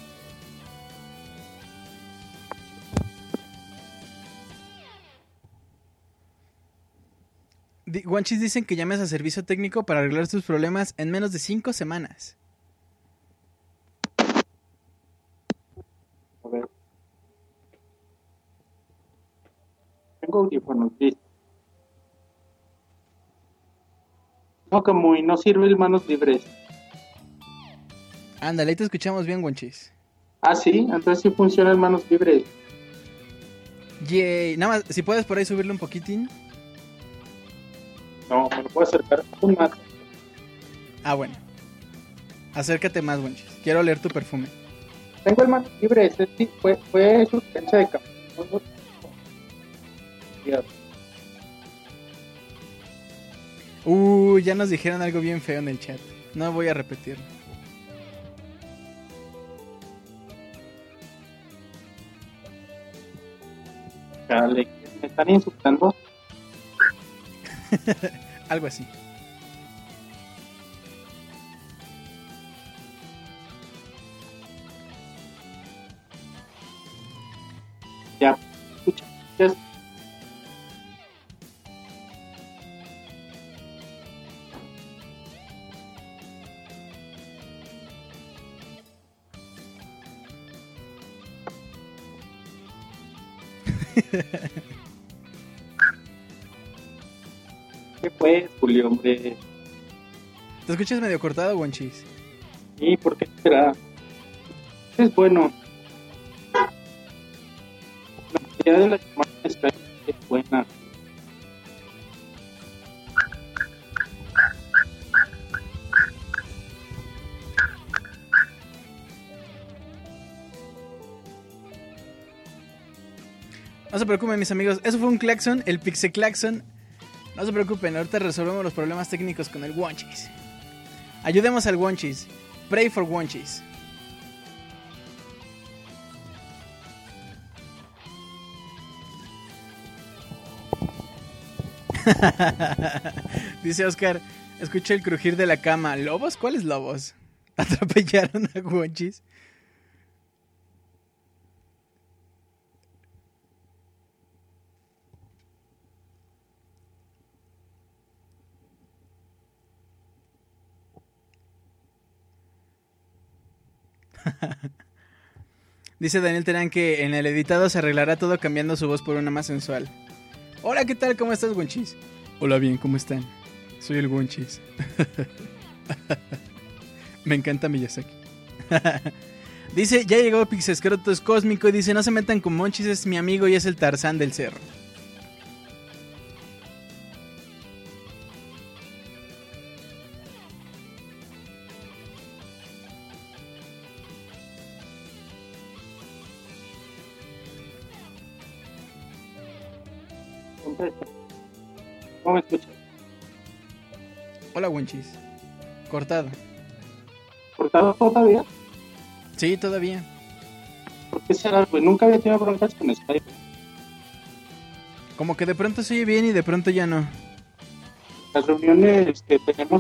Di- Wonchis dicen que llames a servicio técnico para arreglar tus problemas en menos de cinco semanas. A ver. Tengo audífonos, listo. No, como y no sirve el manos libres. Ándale, ahí te escuchamos bien, Wonchis. Ah, sí, entonces sí funciona el manos libres. Yay. Nada más, si puedes por ahí subirle un poquitín. No, me lo puedo acercar un más. Ah, bueno. Acércate más, Wonchis. Quiero oler tu perfume. Tengo el manos libres, ese sí, fue, fue sustancia de café. Uh, ya nos dijeron algo bien feo en el chat. No voy a repetirlo. Dale, me están insultando. Algo así. Ya, escucha, ya. ¿Qué fue, Julio, hombre? ¿Te escuchas medio cortado, Wonchis? ¿Y por qué será? Es bueno. La calidad de la llamada está es buena. No se preocupen, mis amigos. Eso fue un claxon, el Pixie Claxon. No se preocupen, ahorita resolvemos los problemas técnicos con el Wonchis. Ayudemos al Wonchis. Pray for Wonchis. Dice Oscar, escuché el crujir de la cama. ¿Lobos? ¿Cuáles lobos? ¿Atropellaron a Wonchis? Dice Daniel Terán que en el editado se arreglará todo cambiando su voz por una más sensual. Hola, ¿qué tal? ¿Cómo estás, Wonchis? Hola, bien, ¿cómo están? Soy el Wonchis. Me encanta Miyazaki. Dice, ya llegó Pixescrotos Cósmico y dice, no se metan con Monchis, es mi amigo y es el Tarzán del cerro. ¿Cómo me escuchas? Hola, Wonchis. Cortado. ¿Cortado todavía? Sí, todavía. ¿Por qué será? Pues nunca había tenido broncas con Skype. Como que de pronto se oye bien y de pronto ya no. Las reuniones que tenemos...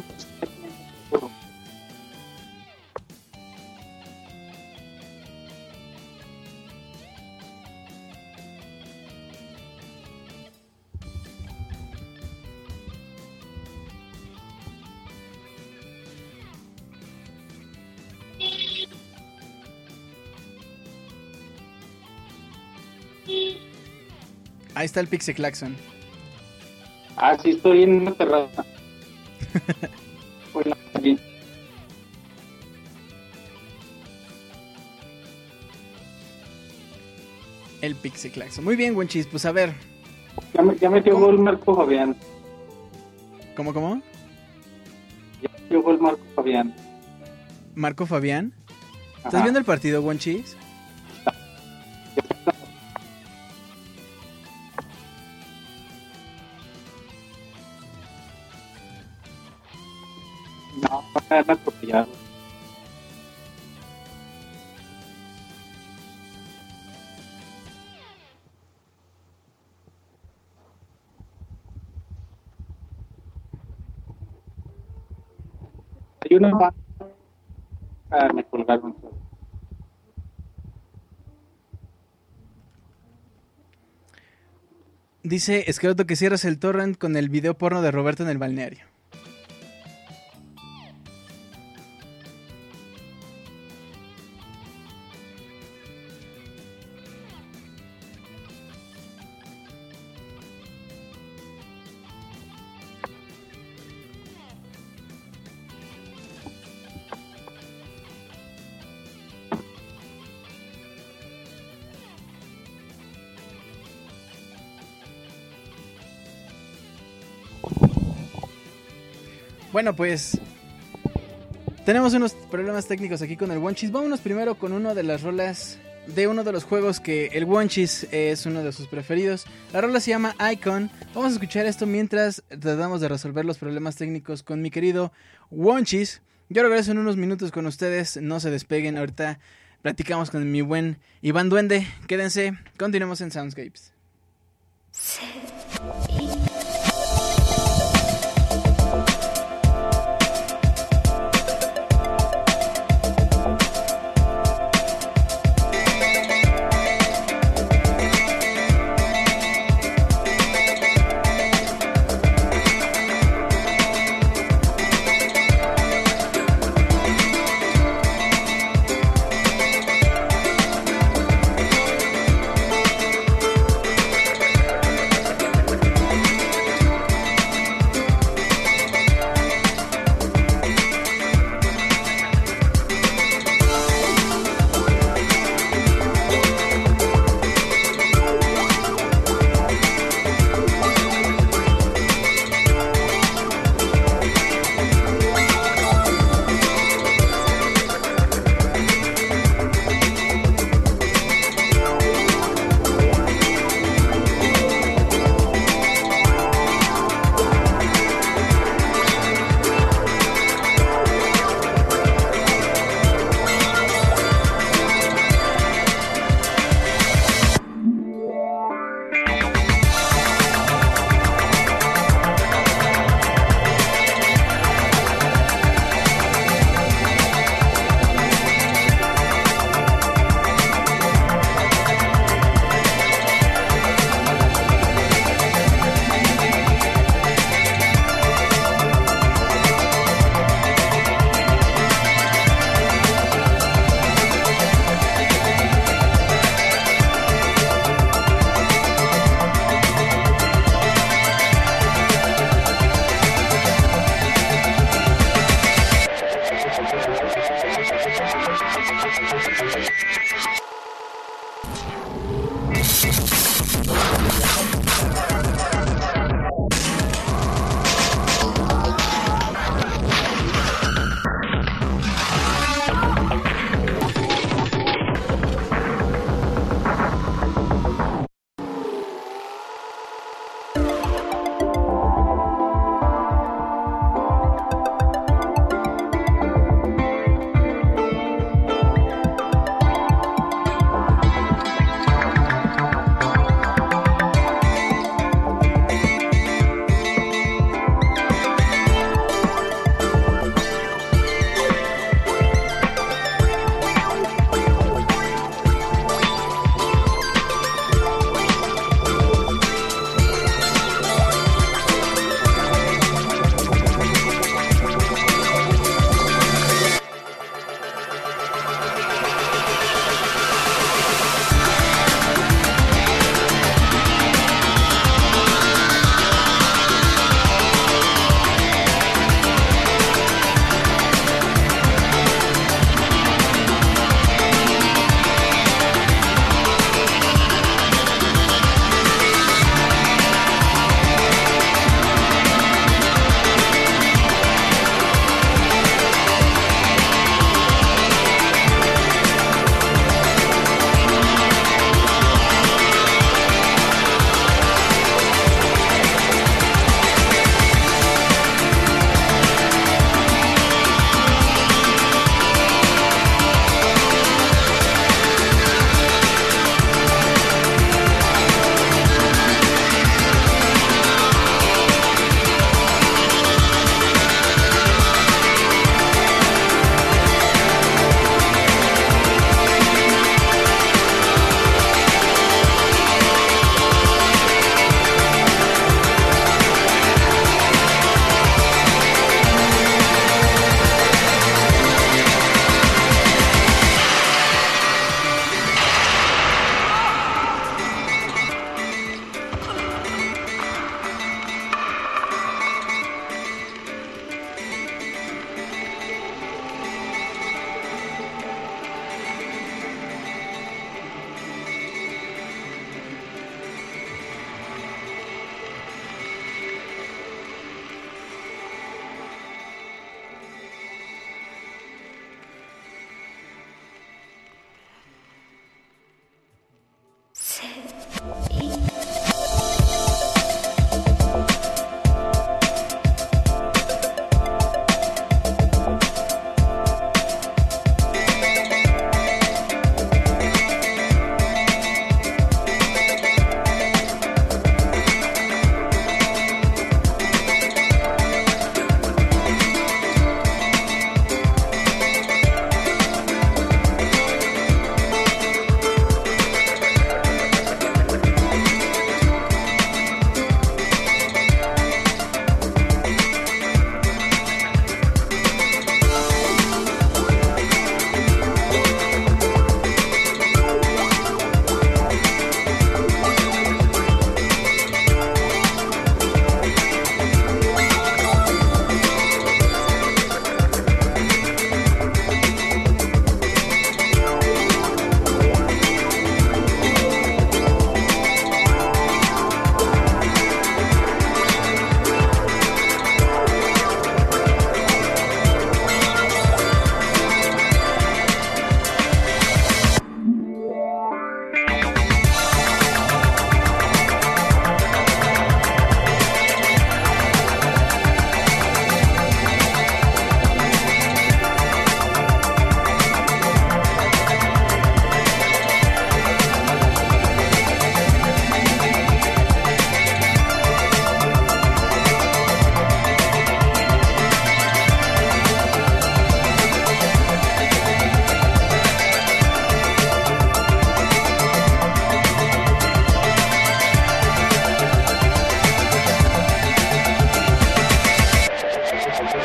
Ahí está el Pixeclaxon. Ah, sí, estoy en una terraza. Bueno, aquí. El Pixeclaxon. Muy bien, Wonchis, pues a ver. Ya, me, ya metió gol Marco Fabián. ¿Cómo, cómo? Ya metió gol Marco Fabián. ¿Marco Fabián? ¿Estás Ajá. viendo el partido, Wonchis? No, me han atropellado. Hay una banda. Ah, me colgaron. Dice Esqueleto que cierras el torrent con el video porno de Roberto en el balneario. Bueno, pues tenemos unos problemas técnicos aquí con el Wonchis. Vámonos primero con una de las rolas de uno de los juegos que el Wonchis es uno de sus preferidos. La rola se llama Icon. Vamos a escuchar esto mientras tratamos de resolver los problemas técnicos con mi querido Wonchis. Yo regreso en unos minutos con ustedes. No se despeguen. Ahorita platicamos con mi buen Iván Duende. Quédense. Continuemos en Soundscapes.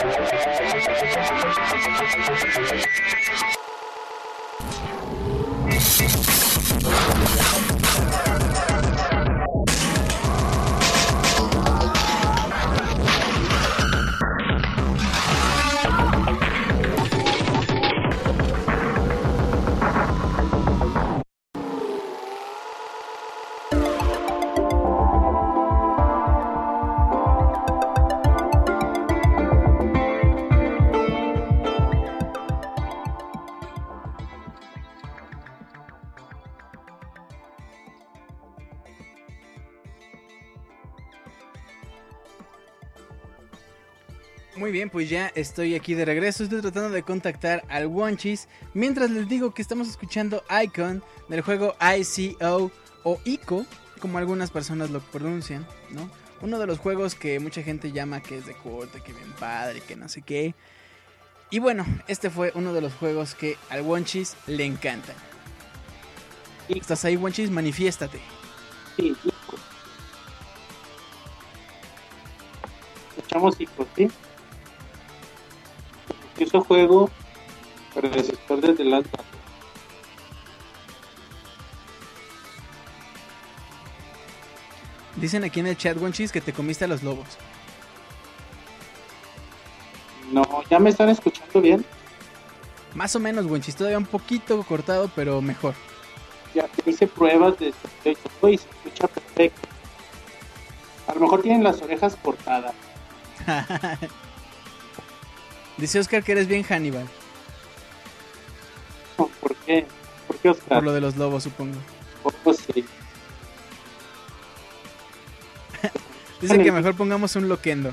Muy bien, pues ya estoy aquí de regreso. Estoy tratando de contactar al Wonchis. Mientras les digo que estamos escuchando Icon del juego I C O o Ico, como algunas personas lo pronuncian, ¿no? Uno de los juegos que mucha gente llama que es de corte, que bien padre, que no sé qué. Y bueno, este fue uno de los juegos que al Wonchis le encantan. ¿Estás ahí, Wonchis? Manifiéstate. Sí, Ico. Escuchamos Ico, ¿sí? Hizo juego para el sector de The Last Guardian. Dicen aquí en el chat, Wonchis, que te comiste a los lobos. No, ¿ya me están escuchando bien? Más o menos, Wonchis, todavía un poquito cortado, pero mejor. Ya te hice pruebas de todo y se escucha perfecto. A lo mejor tienen las orejas cortadas. Dice Oscar que eres bien Hannibal. ¿Por qué? ¿Por qué, Oscar? Por lo de los lobos, supongo. Oh, sí. Dice que mejor pongamos un loquendo.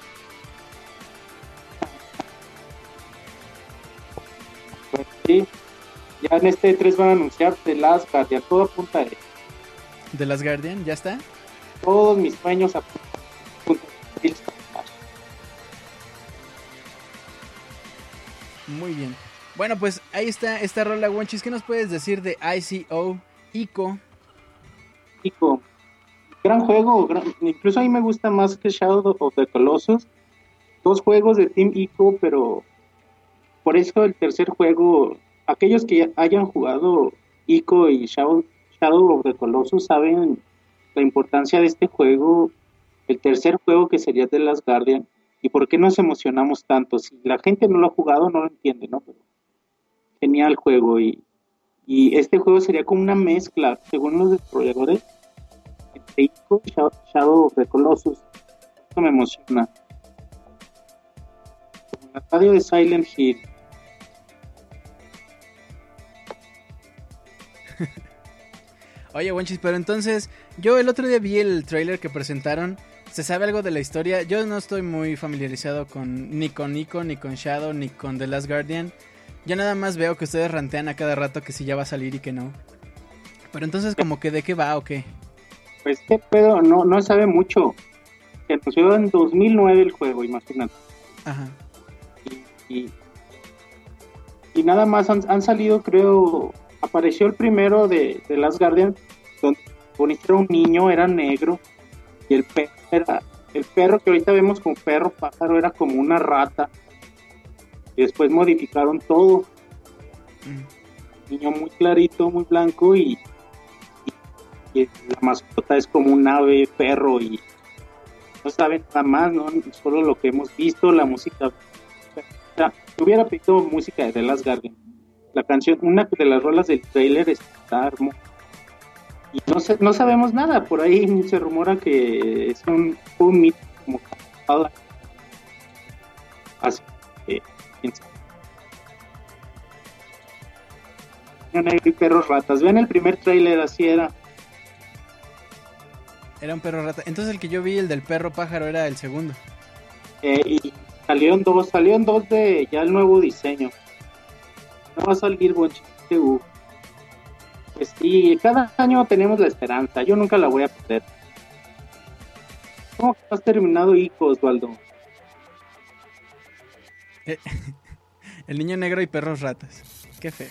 Pues sí. Ya en este E tres van a anunciar The Last Guardian. Todo apunta a él. ¿The Last Guardian? ¿Ya está? Todos mis sueños apuntan a él. Muy bien. Bueno, pues ahí está esta rola, Wonchis. ¿Qué nos puedes decir de I C O, Ico? Ico, gran juego. Gran... Incluso a mí me gusta más que Shadow of the Colossus. Dos juegos de Team Ico, pero por eso el tercer juego, aquellos que hayan jugado Ico y Shadow, Shadow of the Colossus saben la importancia de este juego. El tercer juego, que sería The Last Guardian. ¿Y por qué nos emocionamos tanto? Si la gente no lo ha jugado, no lo entiende, ¿no? Pero genial juego. Y, y este juego sería como una mezcla, según los desarrolladores, entre Ico y Shadow of the Colossus. Esto me emociona. Como la radio de Silent Hill. Oye, Wonchis, pero entonces, yo el otro día vi el trailer que presentaron. ¿Se sabe algo de la historia? Yo no estoy muy familiarizado con ni con Ico, ni con Shadow, ni con The Last Guardian. Yo nada más veo que ustedes rantean a cada rato que si ya va a salir y que no. Pero entonces, ¿como que de qué va o qué? Pues qué pedo, no, no sabe mucho. Se anunció en dos mil nueve el juego, imagínate. Ajá. Y, y, y nada más han, han salido, creo, apareció el primero de, de Last Guardian, donde era un niño, era negro, y el perro era, el perro que ahorita vemos como perro pájaro era como una rata. Y después modificaron todo. Mm. Niño muy clarito, muy blanco, y, y, y la mascota es como un ave perro, y no saben nada más, ¿no? Solo lo que hemos visto, la música. O sea, hubiera pedido música de The Last Guardian. La canción, una de las rolas del trailer está hermosa. Y no sé, no sabemos nada. Por ahí se rumora que es un, un mito como así que quién sabe. Negro y perros ratas. Vean el primer trailer, así era. Era un perro rata. Entonces el que yo vi, el del perro pájaro, era el segundo. Eh, y salieron dos, salieron dos de ya el nuevo diseño. No va a salir Wonchis. Pues sí, cada año tenemos la esperanza. Yo nunca la voy a perder. ¿Cómo has terminado Ico, Osvaldo? Eh, el niño negro y perros ratas. Qué feo.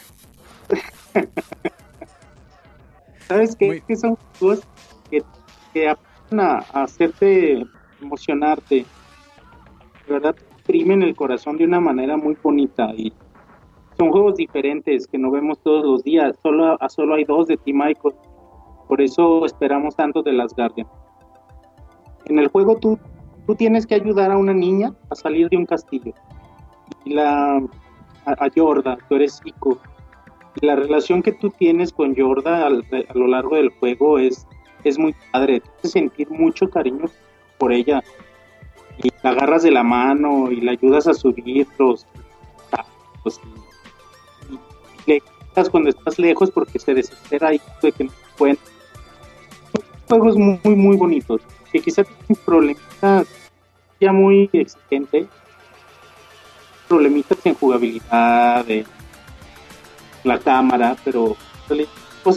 ¿Sabes qué? Muy... que son juegos que, que apuntan a, a hacerte emocionarte. De verdad, exprimen el corazón de una manera muy bonita y son juegos diferentes que no vemos todos los días. Solo, solo hay dos de Team Ico. Por eso esperamos tanto de Last Guardian. En el juego tú, tú tienes que ayudar a una niña a salir de un castillo. Y la, a, a Yorda, tú eres Ico. Y la relación que tú tienes con Yorda al, a lo largo del juego es, es muy padre. Te hace sentir mucho cariño por ella. Y la agarras de la mano y la ayudas a subir los pues, y, y le quitas cuando estás lejos porque se desespera y de que no pueden. Son juegos muy, muy, muy bonitos. Que quizás tienen problemitas ya muy exigentes. Problemitas en jugabilidad, de la cámara, pero pues,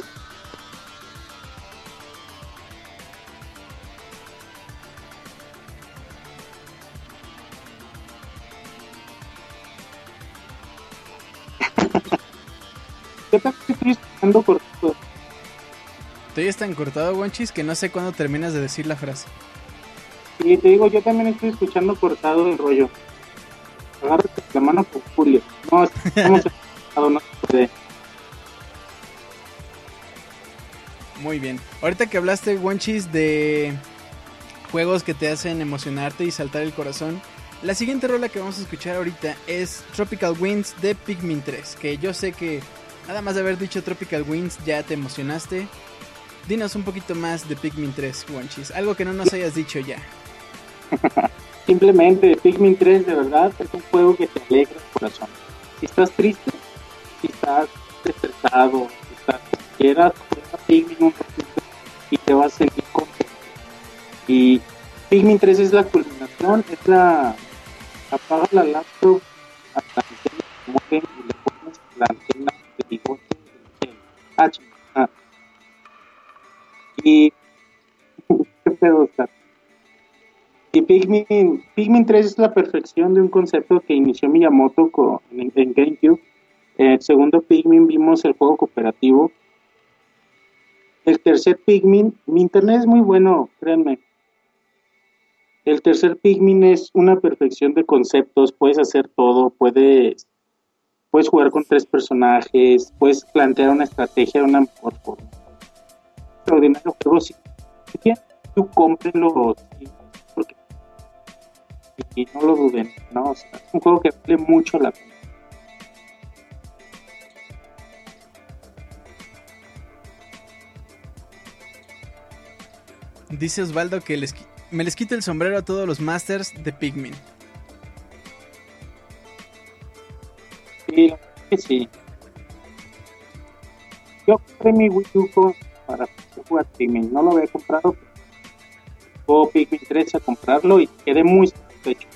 yo también estoy escuchando corto. Estoy tan cortado, Wonchis, que no sé cuándo terminas de decir la frase. Y te digo, yo también estoy escuchando cortado el rollo. Agárrate la mano con Julio. No, estamos cortado, no se puede. Muy bien. Ahorita que hablaste, Wonchis, de juegos que te hacen emocionarte y saltar el corazón, la siguiente rola que vamos a escuchar ahorita es Tropical Winds de Pikmin tres, que yo sé que nada más de haber dicho Tropical Winds ya te emocionaste. Dinos un poquito más de Pikmin tres, Wonchis, algo que no nos hayas dicho ya. Simplemente Pikmin tres de verdad es un juego que te alegra el corazón. Si estás triste, si estás estresado, si estás quieras, juega Pikmin un ratito y te vas a sentir contento. Y Pikmin tres es la culminación, es la apagas la laptop a la antena que mueve y le pones la antena de bigote ah, ah. y qué pedo está. Y Pikmin, Pikmin tres es la perfección de un concepto que inició Miyamoto con, en, en GameCube. En el segundo Pikmin vimos el juego cooperativo. El tercer Pikmin, mi internet es muy bueno, créanme. El tercer Pikmin es una perfección de conceptos, puedes hacer todo, puedes, puedes jugar con tres personajes, puedes plantear una estrategia de una mejor forma. Extraordinario juego, si quieren, tú cómprenlo, porque y no lo duden, ¿no? O sea, es un juego que vale mucho la pena. Dice Osvaldo que les, me les quito el sombrero a todos los masters de Pikmin. Sí, la verdad que sí. Yo compré mi Wii U para jugar Pikmin, no lo había comprado, pero Pikmin tres a comprarlo y quedé muy satisfecho.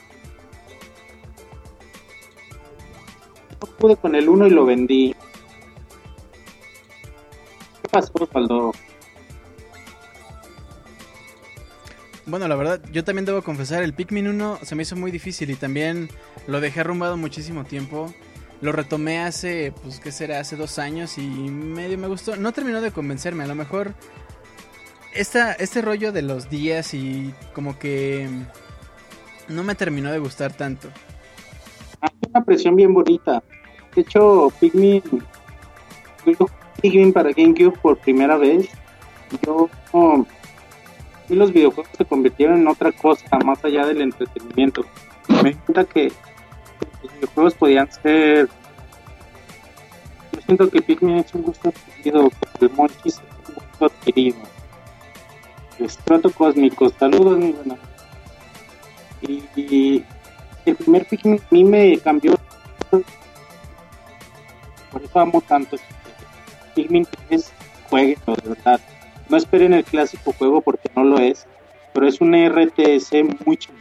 No pude con el uno y lo vendí. ¿Qué pasó, Osvaldo? Bueno, la verdad, yo también debo confesar, el Pikmin uno se me hizo muy difícil y también lo dejé arrumbado muchísimo tiempo. Lo retomé hace, pues, ¿qué será? Hace dos años y medio me gustó. No terminó de convencerme, a lo mejor esta, este rollo de los días y como que no me terminó de gustar tanto. Hay una presión bien bonita. De hecho, Pikmin, yo Pikmin para GameCube por primera vez. Yo... Oh, y los videojuegos se convirtieron en otra cosa más allá del entretenimiento. Me di cuenta que los videojuegos podían ser... Yo siento que Pikmin es un gusto adquirido, que el Monchis es un gusto adquirido. Estrato cósmico, saludos mi buena. Y, y el primer Pikmin a mí me cambió. Por eso amo tanto este Pikmin tres, jueguenlo de verdad. No esperen el clásico juego porque no lo es, pero es un R T S muy chido.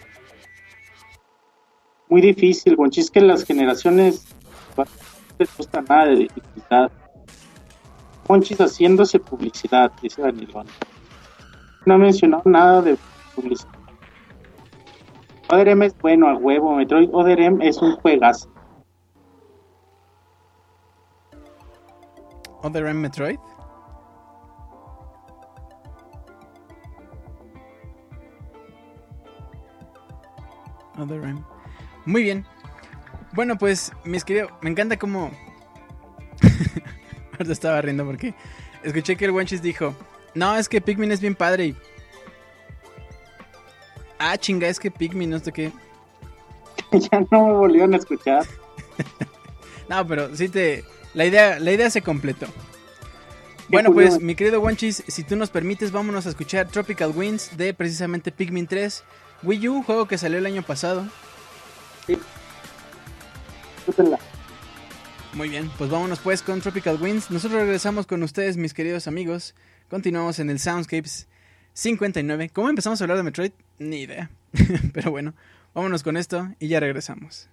Muy difícil, Gonchi, es que las generaciones no les gusta nada de dificultad. Gonchis haciéndose publicidad, dice Danilón. No ha mencionado nada de publicidad. Other M es bueno, a huevo. Metroid Other M es un juegazo. ¿Other M Metroid? Other M. Muy bien. Bueno, pues, mis queridos, me encanta cómo... Ahorita estaba riendo porque escuché que el Wanchis dijo, no, es que Pikmin es bien padre y... Ah, chinga, es que Pikmin, no sé qué. Ya no me volvieron a escuchar. No, pero sí te... La idea, la idea se completó. Bueno, pues, mi querido Wanchis, si tú nos permites, vámonos a escuchar Tropical Winds de precisamente Pikmin tres Wii U, un juego que salió el año pasado. Sí. Escúchenla. Muy bien, pues vámonos pues con Tropical Winds. Nosotros regresamos con ustedes, mis queridos amigos. Continuamos en el Soundscapes cincuenta y nueve. ¿Cómo empezamos a hablar de Metroid? Ni idea. Pero bueno, vámonos con esto y ya regresamos.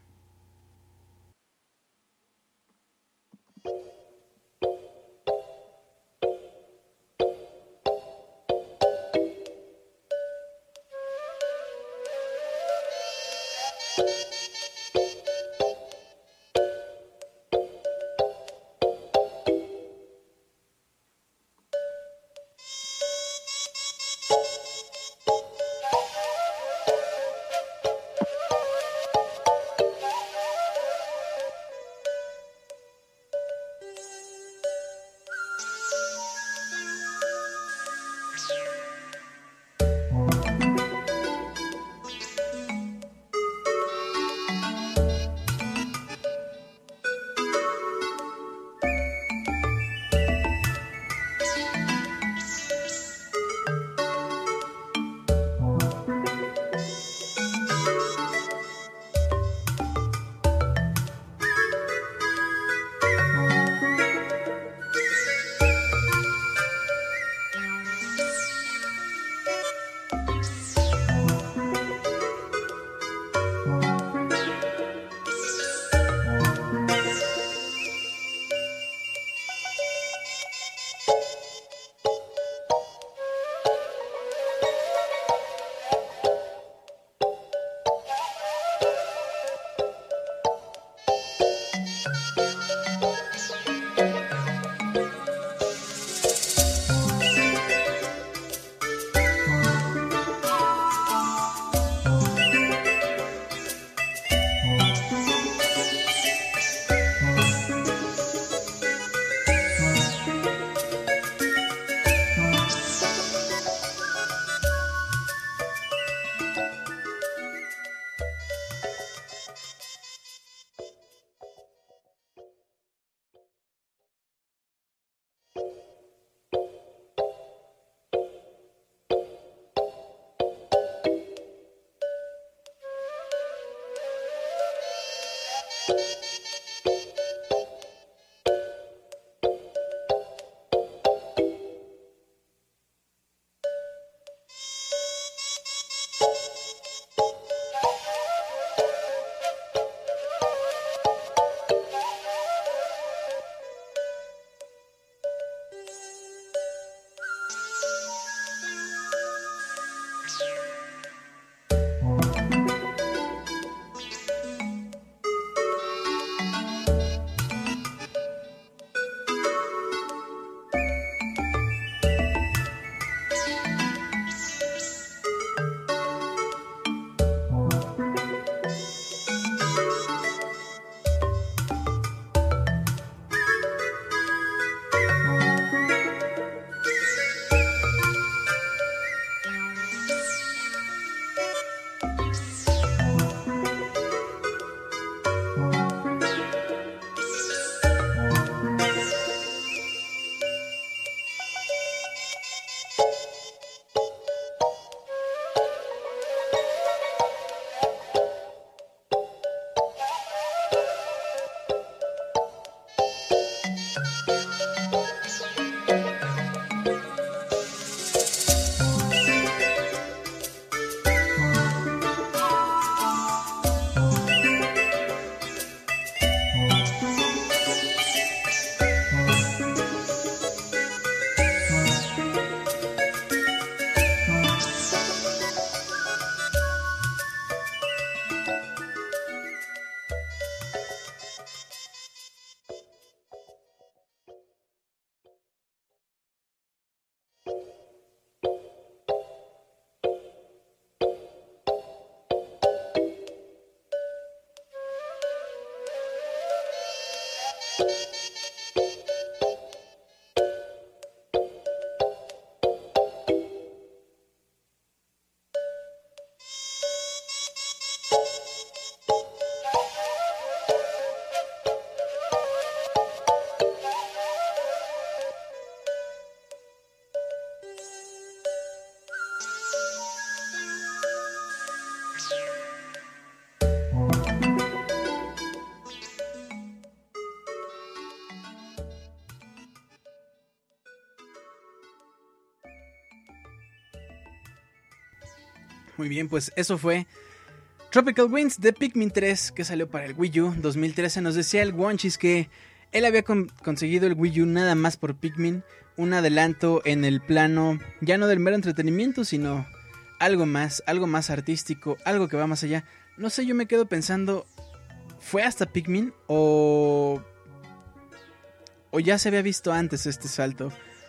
Muy bien, pues eso fue Tropical Winds de Pikmin tres, que salió para el Wii U dos mil trece. Nos decía el Wonchis que él había con- conseguido el Wii U nada más por Pikmin, un adelanto en el plano ya no del mero entretenimiento, sino algo más, algo más artístico, algo que va más allá. No sé, yo me quedo pensando, ¿fue hasta Pikmin o o ya se había visto antes este salto?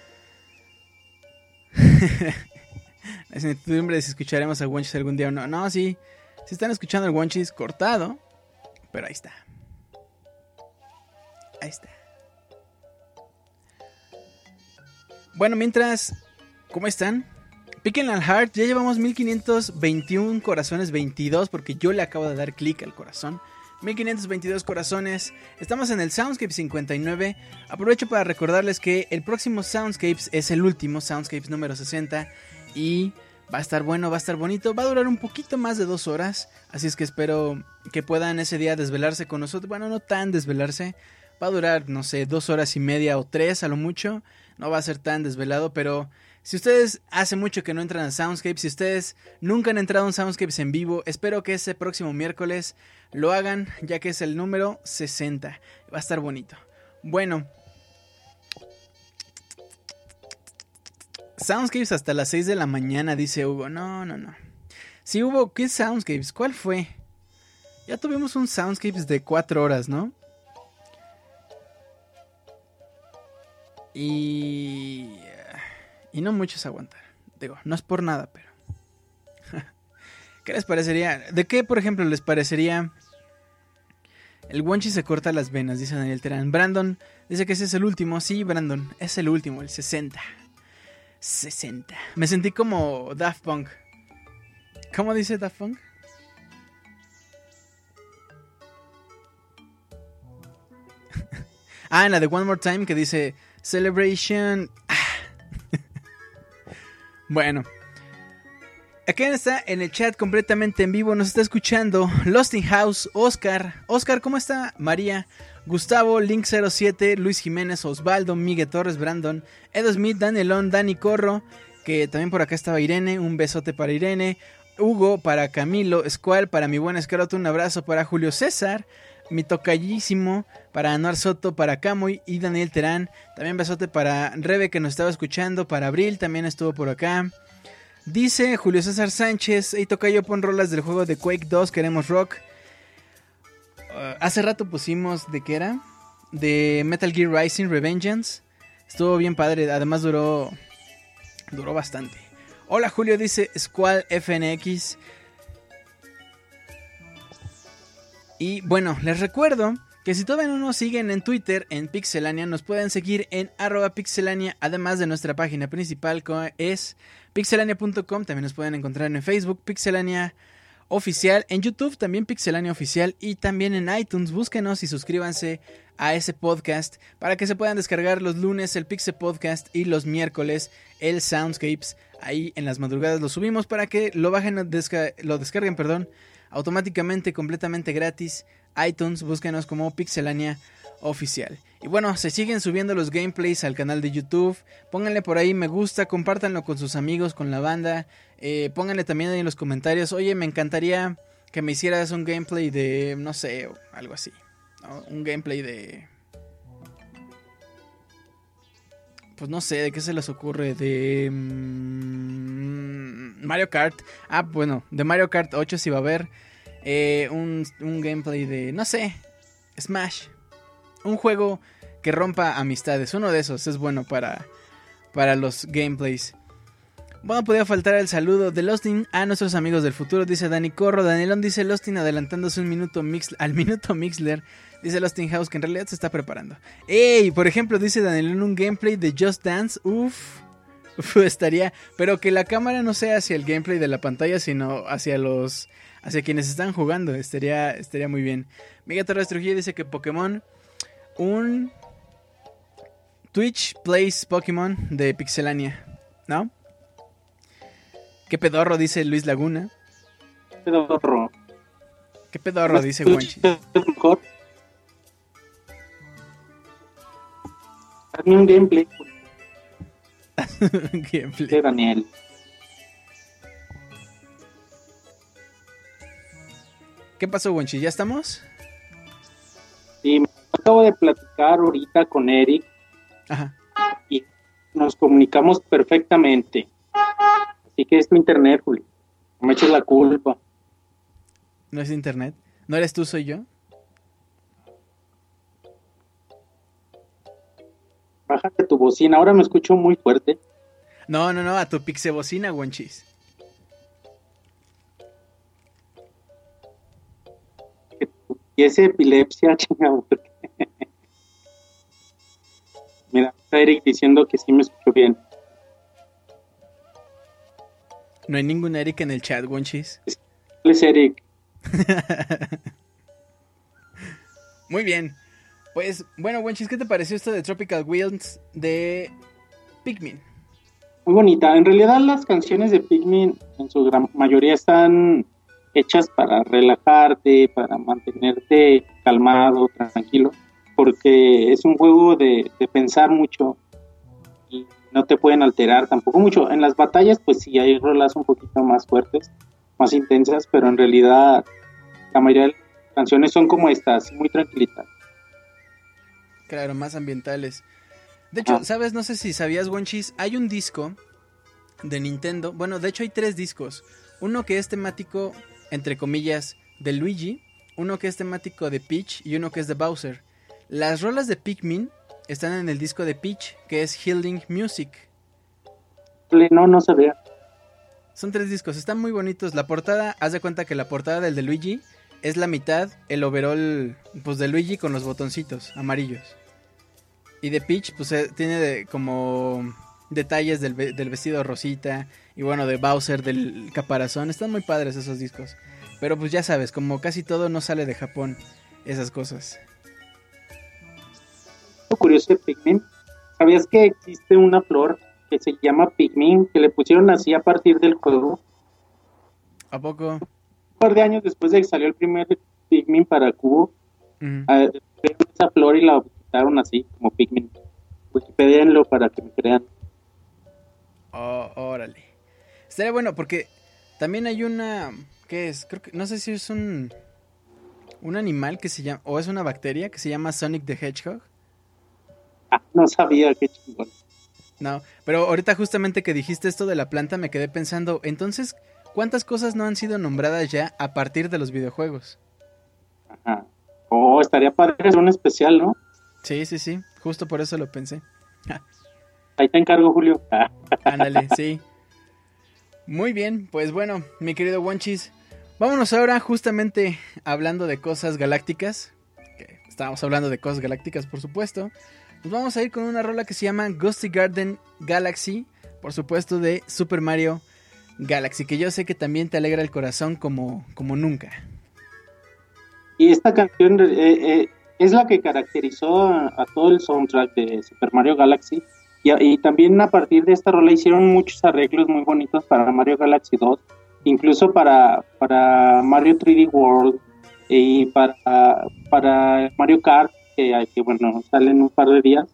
La incertidumbre de si escucharemos al Wonchis algún día o no. No, sí, sí están escuchando al Wonchis cortado, pero ahí está. Ahí está. Bueno, mientras, ¿cómo están? Piquen al heart, ya llevamos mil quinientos veintiún corazones, veintidós, porque yo le acabo de dar clic al corazón. mil quinientos veintidós corazones. Estamos en el Soundscape cincuenta y nueve. Aprovecho para recordarles que el próximo Soundscapes es el último, Soundscapes número sesenta. Y va a estar bueno, va a estar bonito. Va a durar un poquito más de dos horas. Así es que espero que puedan ese día desvelarse con nosotros. Bueno, no tan desvelarse. Va a durar, no sé, dos horas y media o tres a lo mucho. No va a ser tan desvelado, pero si ustedes hace mucho que no entran a Soundscapes, si ustedes nunca han entrado a un Soundscapes en vivo, espero que ese próximo miércoles lo hagan, ya que es el número sesenta. Va a estar bonito. Bueno, Soundscapes hasta las seis de la mañana, dice Hugo. No, no, no. Sí hubo, ¿qué Soundscapes? ¿Cuál fue? Ya tuvimos un Soundscapes de cuatro horas, ¿no? Y... Y no muchos aguantar. Digo, no es por nada, pero... ¿Qué les parecería? ¿De qué, por ejemplo, les parecería? El Wonchi se corta las venas, dice Daniel Terán. Brandon dice que ese es el último. Sí, Brandon, es el último, el sesenta. sesenta. Me sentí como Daft Punk. ¿Cómo dice Daft Punk? Ah, en la de One More Time que dice Celebration. Ah. Bueno. Acá está en el chat completamente en vivo. Nos está escuchando Lost in House, Oscar. Oscar, ¿cómo está? María, Gustavo, Link cero siete, Luis Jiménez, Osvaldo, Miguel Torres, Brandon, Edo Smith, Danielón, Dani Corro. Que también por acá estaba Irene. Un besote para Irene. Hugo, para Camilo, Squall, para mi buen Escroto. Un abrazo para Julio César. Mi tocallísimo, para Anuar Soto, para Camuy y Daniel Terán. También besote para Rebe, que nos estaba escuchando. Para Abril, también estuvo por acá. Dice Julio César Sánchez: hey, tocayo, pon rolas del juego de Quake dos, queremos rock. Uh, hace rato pusimos, ¿de qué era? De Metal Gear Rising Revengeance. Estuvo bien padre, además duró Duró bastante. Hola Julio, dice Squall F N X. Y bueno, les recuerdo que si todavía no nos siguen en Twitter, en Pixelania, nos pueden seguir en arroba pixelania, además de nuestra página principal que es pixelania punto com. También nos pueden encontrar en Facebook, Pixelania Oficial, en YouTube también Pixelania Oficial y también en iTunes. Búsquenos y suscríbanse a ese podcast para que se puedan descargar los lunes el Pixel Podcast y los miércoles el Soundscapes. Ahí en las madrugadas lo subimos para que lo bajen, desca- lo descarguen, perdón, automáticamente, completamente gratis. iTunes, búsquenos como Pixelania Oficial. Y bueno, se siguen subiendo los gameplays al canal de YouTube. Pónganle por ahí me gusta, compártanlo con sus amigos, con la banda. Eh, pónganle también ahí en los comentarios: oye, me encantaría que me hicieras un gameplay de, no sé, algo así, ¿no? Un gameplay de... Pues no sé, ¿de qué se les ocurre? De... Mmm, Mario Kart. Ah, bueno, de Mario Kart ocho sí va a haber. Eh, un, un gameplay de, no sé, Smash. Un juego que rompa amistades. Uno de esos es bueno para, para los gameplays. Bueno, podía faltar el saludo de Lostin a nuestros amigos del futuro, dice Dani Corro. Danielón dice Lostin adelantándose un minuto mix, al minuto Mixler. Dice Lostin House que en realidad se está preparando. ¡Ey! Por ejemplo, dice Danielón un gameplay de Just Dance. Uf, uf, estaría. Pero que la cámara no sea hacia el gameplay de la pantalla, sino hacia los. Hacia quienes están jugando. Estaría, estaría muy bien. Miguel Torres Trujillo dice que Pokémon. Un. Twitch Plays Pokémon de Pixelania. ¿No? ¿Qué pedorro? Dice Luis Laguna. Pedorro. ¿Qué pedorro? Dice Guanchi. Hazme un gameplay. Gameplay. De Daniel. ¿Qué pasó, Guanchi? ¿Ya estamos? Sí, me acabo de platicar ahorita con Eric. Ajá. Y nos comunicamos perfectamente. Así que es tu internet, Julio. No me eches la culpa. ¿No es internet? ¿No eres tú, soy yo? Bájate tu bocina. Ahora me escucho muy fuerte. No, no, no. A tu pixebocina, Guanchis. Y ese epilepsia, chingado. Mira, está Eric diciendo que sí me escucho bien. No hay ningún Eric en el chat, Guanchis. Es Eric. Muy bien. Pues, bueno, Guanchis, ¿qué te pareció esto de Tropical Winds de Pikmin? Muy bonita. En realidad las canciones de Pikmin en su gran mayoría están hechas para relajarte, para mantenerte calmado, tranquilo, porque es un juego de, de pensar mucho y no te pueden alterar tampoco mucho. En las batallas pues sí hay rolas un poquito más fuertes, más intensas, pero en realidad la mayoría de las canciones son como estas, muy tranquilitas. Claro, más ambientales. De hecho, ah. ¿sabes? No sé si sabías, Guanchis, hay un disco de Nintendo, bueno, de hecho hay tres discos, uno que es temático, entre comillas, de Luigi, uno que es temático de Peach y uno que es de Bowser. Las rolas de Pikmin están en el disco de Peach, que es Healing Music. No, no sabía. Son tres discos, están muy bonitos. La portada, haz de cuenta que la portada del de Luigi es la mitad el overall pues de Luigi con los botoncitos amarillos. Y de Peach pues eh, tiene de, como detalles del, del vestido rosita. Y bueno, de Bowser del caparazón. Están muy padres esos discos. Pero pues ya sabes, como casi todo no sale de Japón, esas cosas. Lo curioso de Pikmin, ¿sabías que existe una flor que se llama Pikmin, que le pusieron así a partir del juego? ¿A poco? Un par de años después de que salió el primer Pikmin para Cubo, uh-huh. eh, esa flor y la bautizaron así, como Pikmin. Wikipedienlo para que me crean. Oh, órale. Estaría bueno porque también hay una... ¿Qué es? Creo que... No sé si es un... Un animal que se llama... O es una bacteria que se llama Sonic the Hedgehog. Ah, no sabía, qué chingón. No, pero ahorita justamente que dijiste esto de la planta me quedé pensando, entonces, ¿cuántas cosas no han sido nombradas ya a partir de los videojuegos? Ajá. Oh, estaría padre hacer un especial, ¿no? Sí, sí, sí, justo por eso lo pensé. Ahí te encargo, Julio. Ándale, sí. Muy bien, pues bueno, mi querido Guanchis, vámonos ahora justamente hablando de cosas galácticas, que estábamos hablando de cosas galácticas, por supuesto. Nos vamos a ir con una rola que se llama Ghosty Garden Galaxy, por supuesto de Super Mario Galaxy, que yo sé que también te alegra el corazón como, como nunca. Y esta canción eh, eh, es la que caracterizó a, a todo el soundtrack de Super Mario Galaxy, y, y también a partir de esta rola hicieron muchos arreglos muy bonitos para Mario Galaxy dos, incluso para, para Mario tres D World y para, para Mario Kart, que, que bueno, sale en un par de días.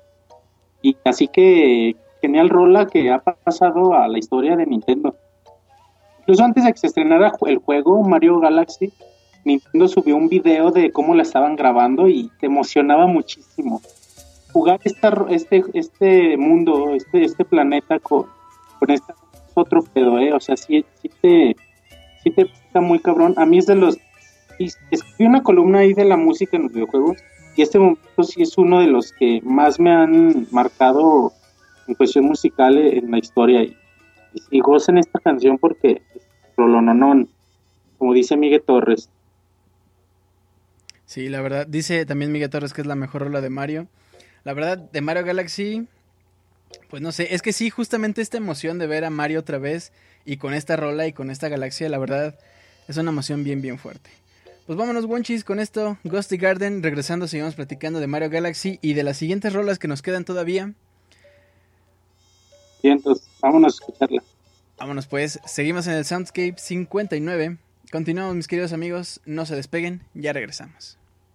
Y así que genial rola que ha pasado a la historia de Nintendo. Incluso antes de que se estrenara el juego Mario Galaxy, Nintendo subió un video de cómo la estaban grabando y te emocionaba muchísimo jugar esta, este este mundo, este este planeta con, con este otro pedo, eh, o sea, sí, sí te sí te está muy cabrón. A mí es de los... Escribí una columna ahí de la música en los videojuegos y este momento sí es uno de los que más me han marcado en cuestión musical en la historia. Y y gocen esta canción porque rolononón, como dice Miguel Torres. Sí, la verdad, dice también Miguel Torres que es la mejor rola de Mario. La verdad, de Mario Galaxy, pues no sé, es que sí, justamente esta emoción de ver a Mario otra vez y con esta rola y con esta galaxia, la verdad, es una emoción bien, bien fuerte. Pues vámonos, Wonchis, con esto, Ghosty Garden, regresando seguimos platicando de Mario Galaxy y de las siguientes rolas que nos quedan todavía. Bien, entonces, vámonos a escucharla. Vámonos pues, seguimos en el Soundscape cincuenta y nueve, continuamos mis queridos amigos, no se despeguen, ya regresamos.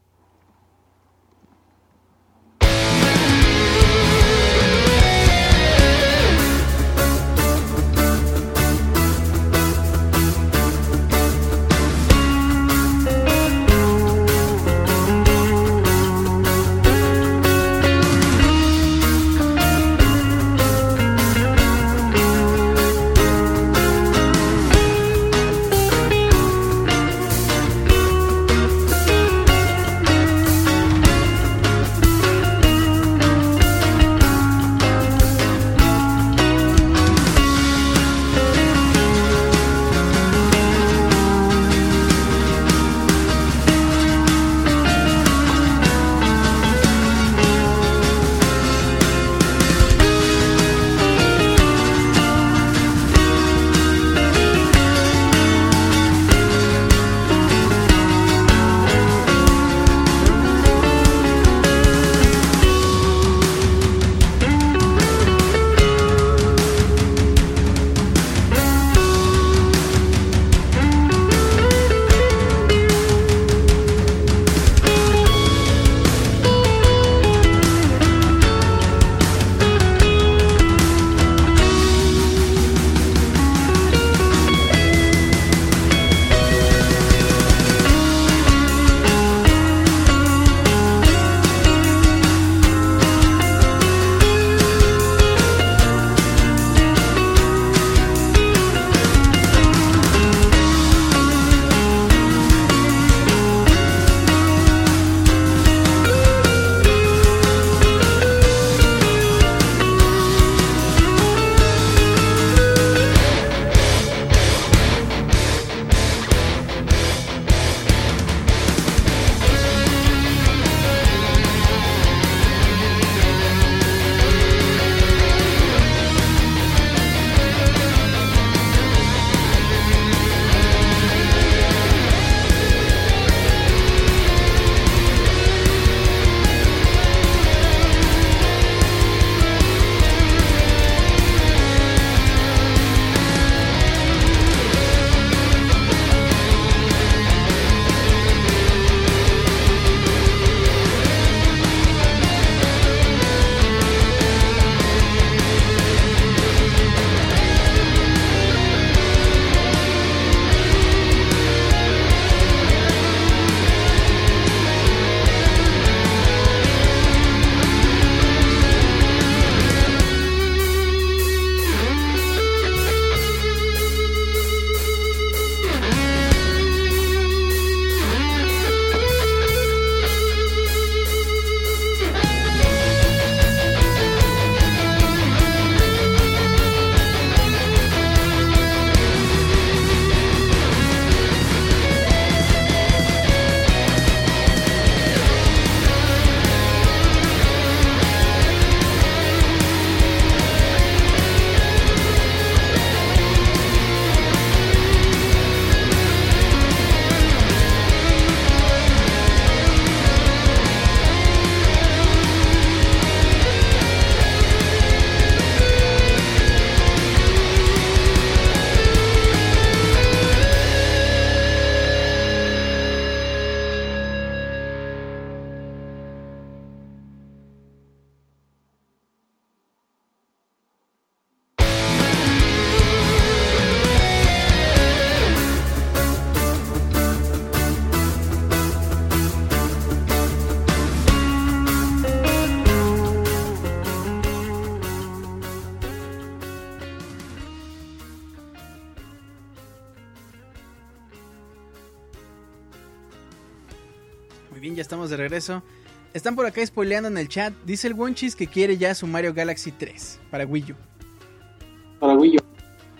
Muy bien, ya estamos de regreso. Están por acá spoileando en el chat. Dice el Wonchis que quiere ya su Mario Galaxy tres para Wii U. Para Wii U.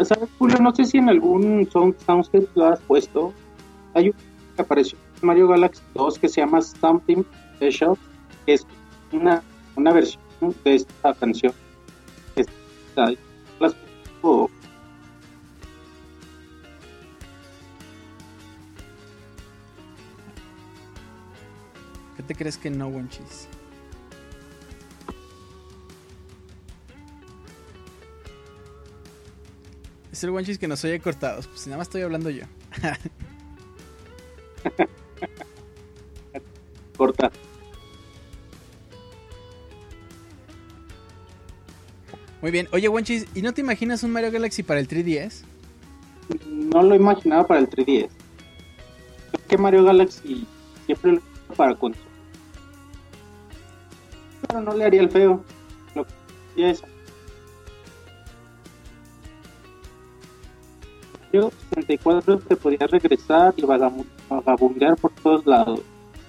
¿Sabes, Julio? No sé si en algún sound, soundscape lo has puesto. Hay un que apareció en Mario Galaxy dos que se llama Something Special, que es una, una versión de esta canción. Esta, las, oh. ¿Qué te crees que no, Wonchis? Es el Wonchis que nos oye cortados, pues nada más estoy hablando yo. Corta. Muy bien. Oye, Wonchis, ¿y no te imaginas un Mario Galaxy para el tres D S? No lo imaginaba para el tres D S. Creo que Mario Galaxy siempre lo hizo para consola. Pero no le haría el feo. Lo que haría eso. Mario sesenta y cuatro te podías regresar y vagabun- vagabundear por todos lados.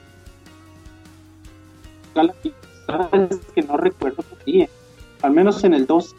Galaxy, sabes que no recuerdo por qué. Al menos en el dos.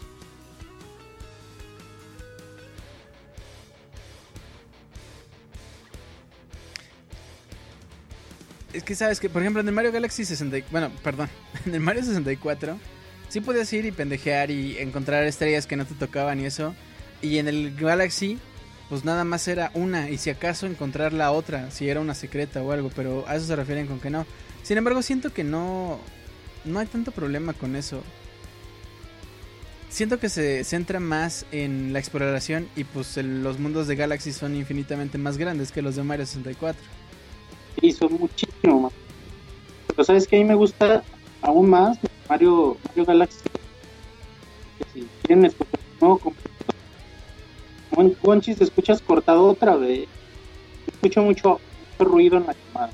Es que sabes que, por ejemplo, en el Mario Galaxy sesenta, bueno, perdón, en el Mario sesenta y cuatro sí podías ir y pendejear y encontrar estrellas que no te tocaban y eso. Y en el Galaxy, pues nada más era una, y si acaso encontrar la otra, si era una secreta o algo, pero a eso se refieren con que no. Sin embargo, siento que no, no hay tanto problema con eso. Siento que se centra más en la exploración y pues el, los mundos de Galaxy son infinitamente más grandes que los de Mario sesenta y cuatro. Sí, son muchísimo más. Pero sabes que a mí me gusta aún más Mario, Mario Galaxy. Que si quieren escuchar no, Wonchis, te escuchas cortado otra vez. Escucho mucho, mucho ruido en la llamada.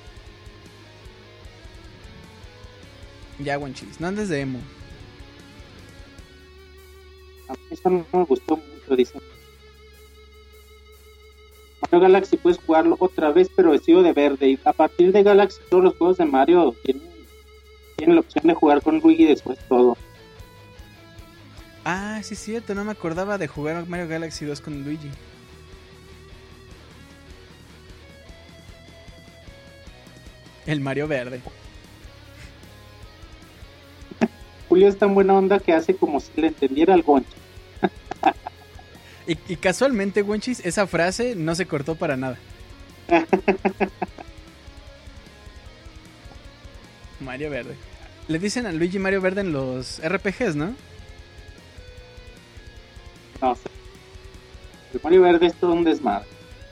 Ya, Wonchis, no andes de emo. A mí eso no me gustó mucho, dicen. Mario Galaxy puedes jugarlo otra vez, pero vestido de verde. Y a partir de Galaxy, todos los juegos de Mario tienen, tienen la opción de jugar con Luigi y después todo. Ah, sí es cierto, no me acordaba de jugar Mario Galaxy dos con Luigi. El Mario verde. Julio es tan buena onda que hace como si le entendiera al Goncho. Y, y casualmente, Wonchis, esa frase no se cortó para nada. Mario Verde. Le dicen a Luigi Mario Verde en los R P Gs, ¿no? No sé. El Mario Verde es todo un desmadre.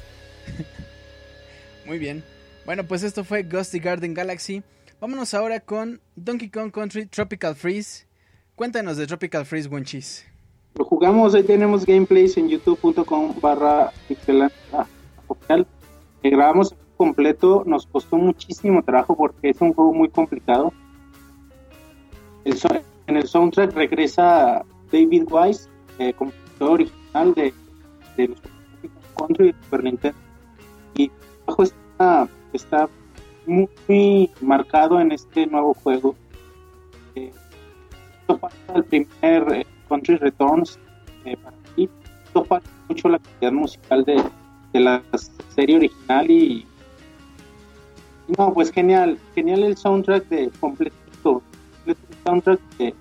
Muy bien. Bueno, pues esto fue Ghostly Garden Galaxy. Vámonos ahora con Donkey Kong Country Tropical Freeze. Cuéntanos de Tropical Freeze, Wonchis. Lo jugamos, ahí tenemos gameplays en youtube.com barra pixelania oficial. Le grabamos completo, nos costó muchísimo trabajo porque es un juego muy complicado. El so- en el soundtrack regresa David Wise, eh, compositor original de, de los Country de Super Nintendo. Y el trabajo está, está muy, muy marcado en este nuevo juego. Eh, esto falta el primer eh, Country Returns eh, para mí. Esto falta mucho la calidad musical de, de la serie original y, y no, pues genial, genial el soundtrack de completito, el soundtrack de,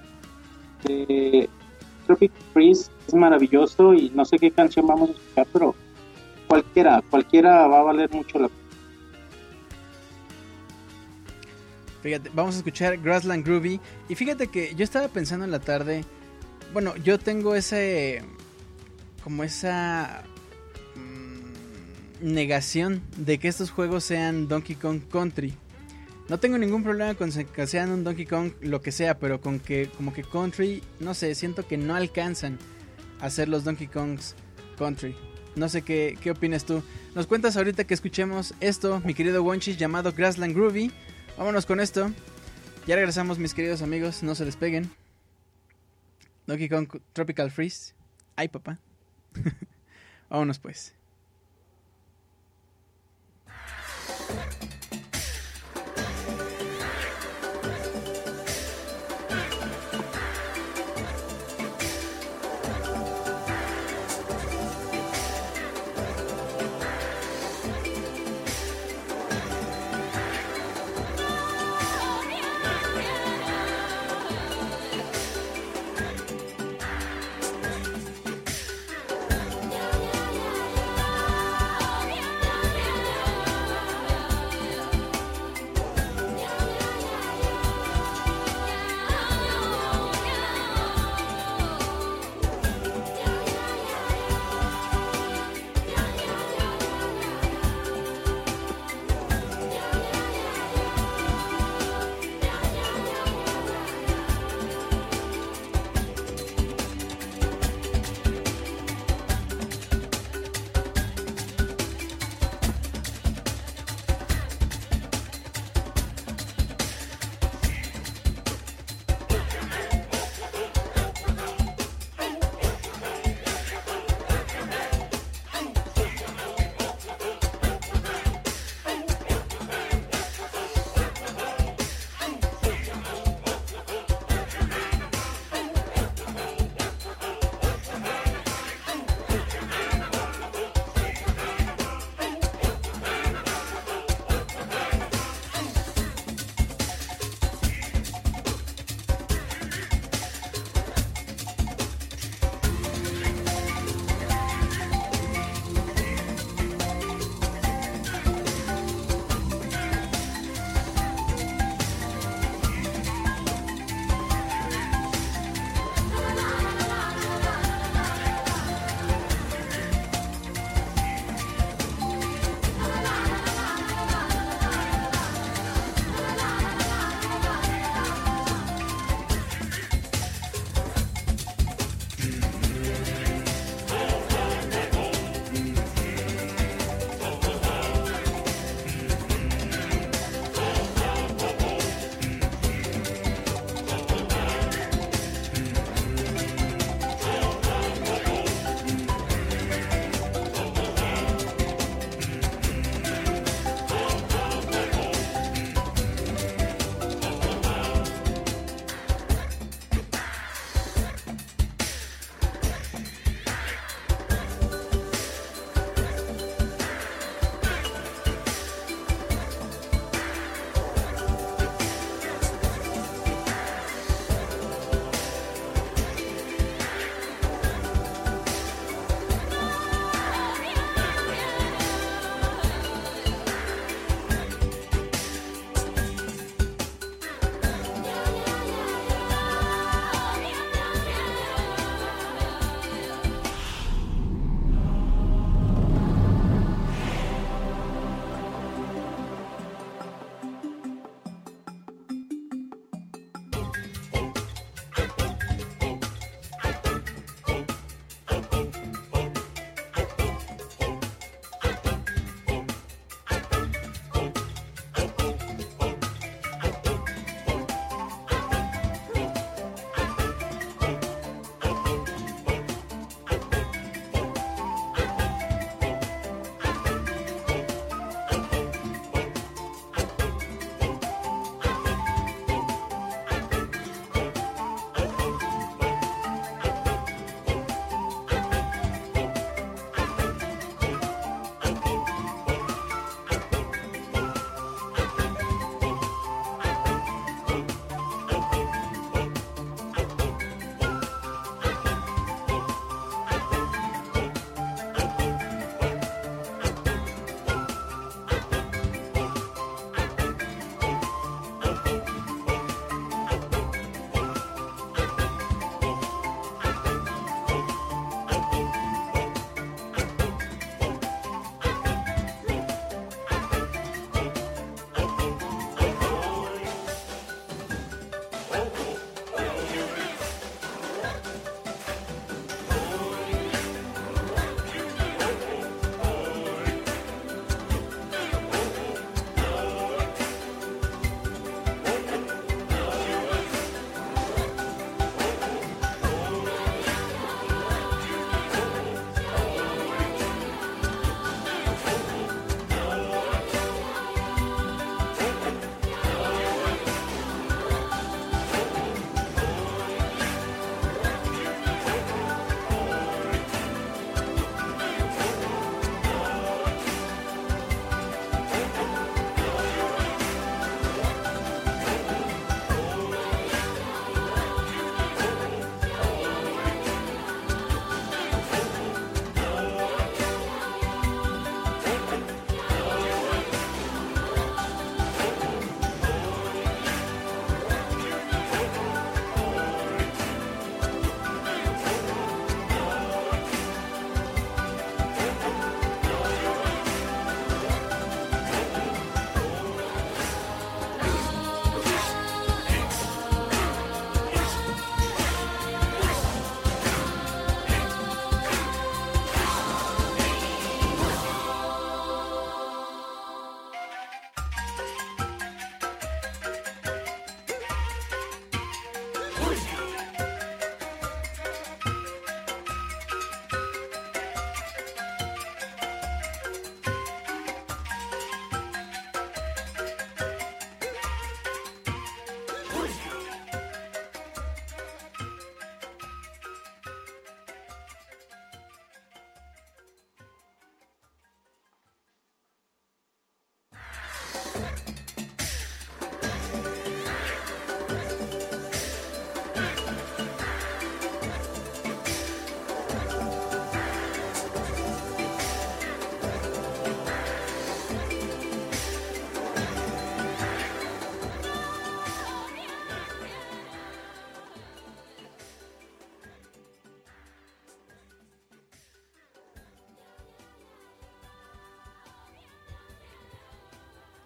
de Tropic Freeze es maravilloso y no sé qué canción vamos a escuchar, pero cualquiera, cualquiera va a valer mucho la pena. Fíjate, vamos a escuchar Grassland Groovy. Y fíjate que yo estaba pensando en la tarde. Bueno, yo tengo ese. Como esa. Mmm, negación de que estos juegos sean Donkey Kong Country. No tengo ningún problema con que sean un Donkey Kong, lo que sea, pero con que, como que Country, no sé, siento que no alcanzan a ser los Donkey Kongs Country. No sé qué, qué opinas tú. Nos cuentas ahorita que escuchemos esto, mi querido Wonchis, llamado Grassland Groovy. Vámonos con esto. Ya regresamos, mis queridos amigos. No se despeguen. Donkey Kong Tropical Freeze. Ay, papá. Vámonos pues.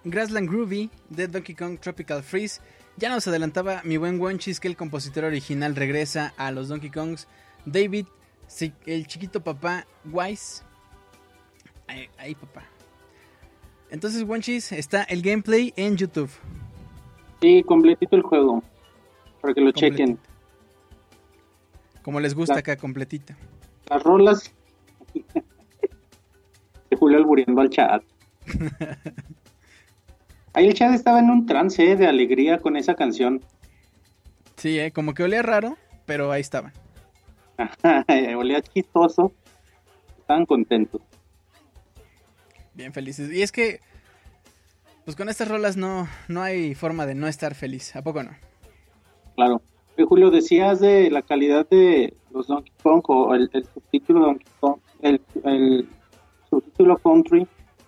Grassland Groovy de Donkey Kong Tropical Freeze. Ya nos adelantaba mi buen Wonchis que el compositor original regresa a los Donkey Kongs. David, el chiquito papá Wise. Ahí, ahí papá. Entonces, Wonchis, está el gameplay en YouTube. Sí, completito el juego. Para que lo Completito. chequen. Como les gusta La- acá, completita. Las rolas. De Julio albureando al chat. Ahí el chat estaba en un trance eh, de alegría con esa canción. Sí, eh, como que olía raro, pero ahí estaban. Olía chistoso. Estaban contentos. Bien felices. Y es que, pues con estas rolas no, no hay forma de no estar feliz. ¿A poco no? Claro. Eh, Julio, decías de la calidad de los Donkey Kong o el, el subtítulo Donkey Kong, el, el subtítulo Country.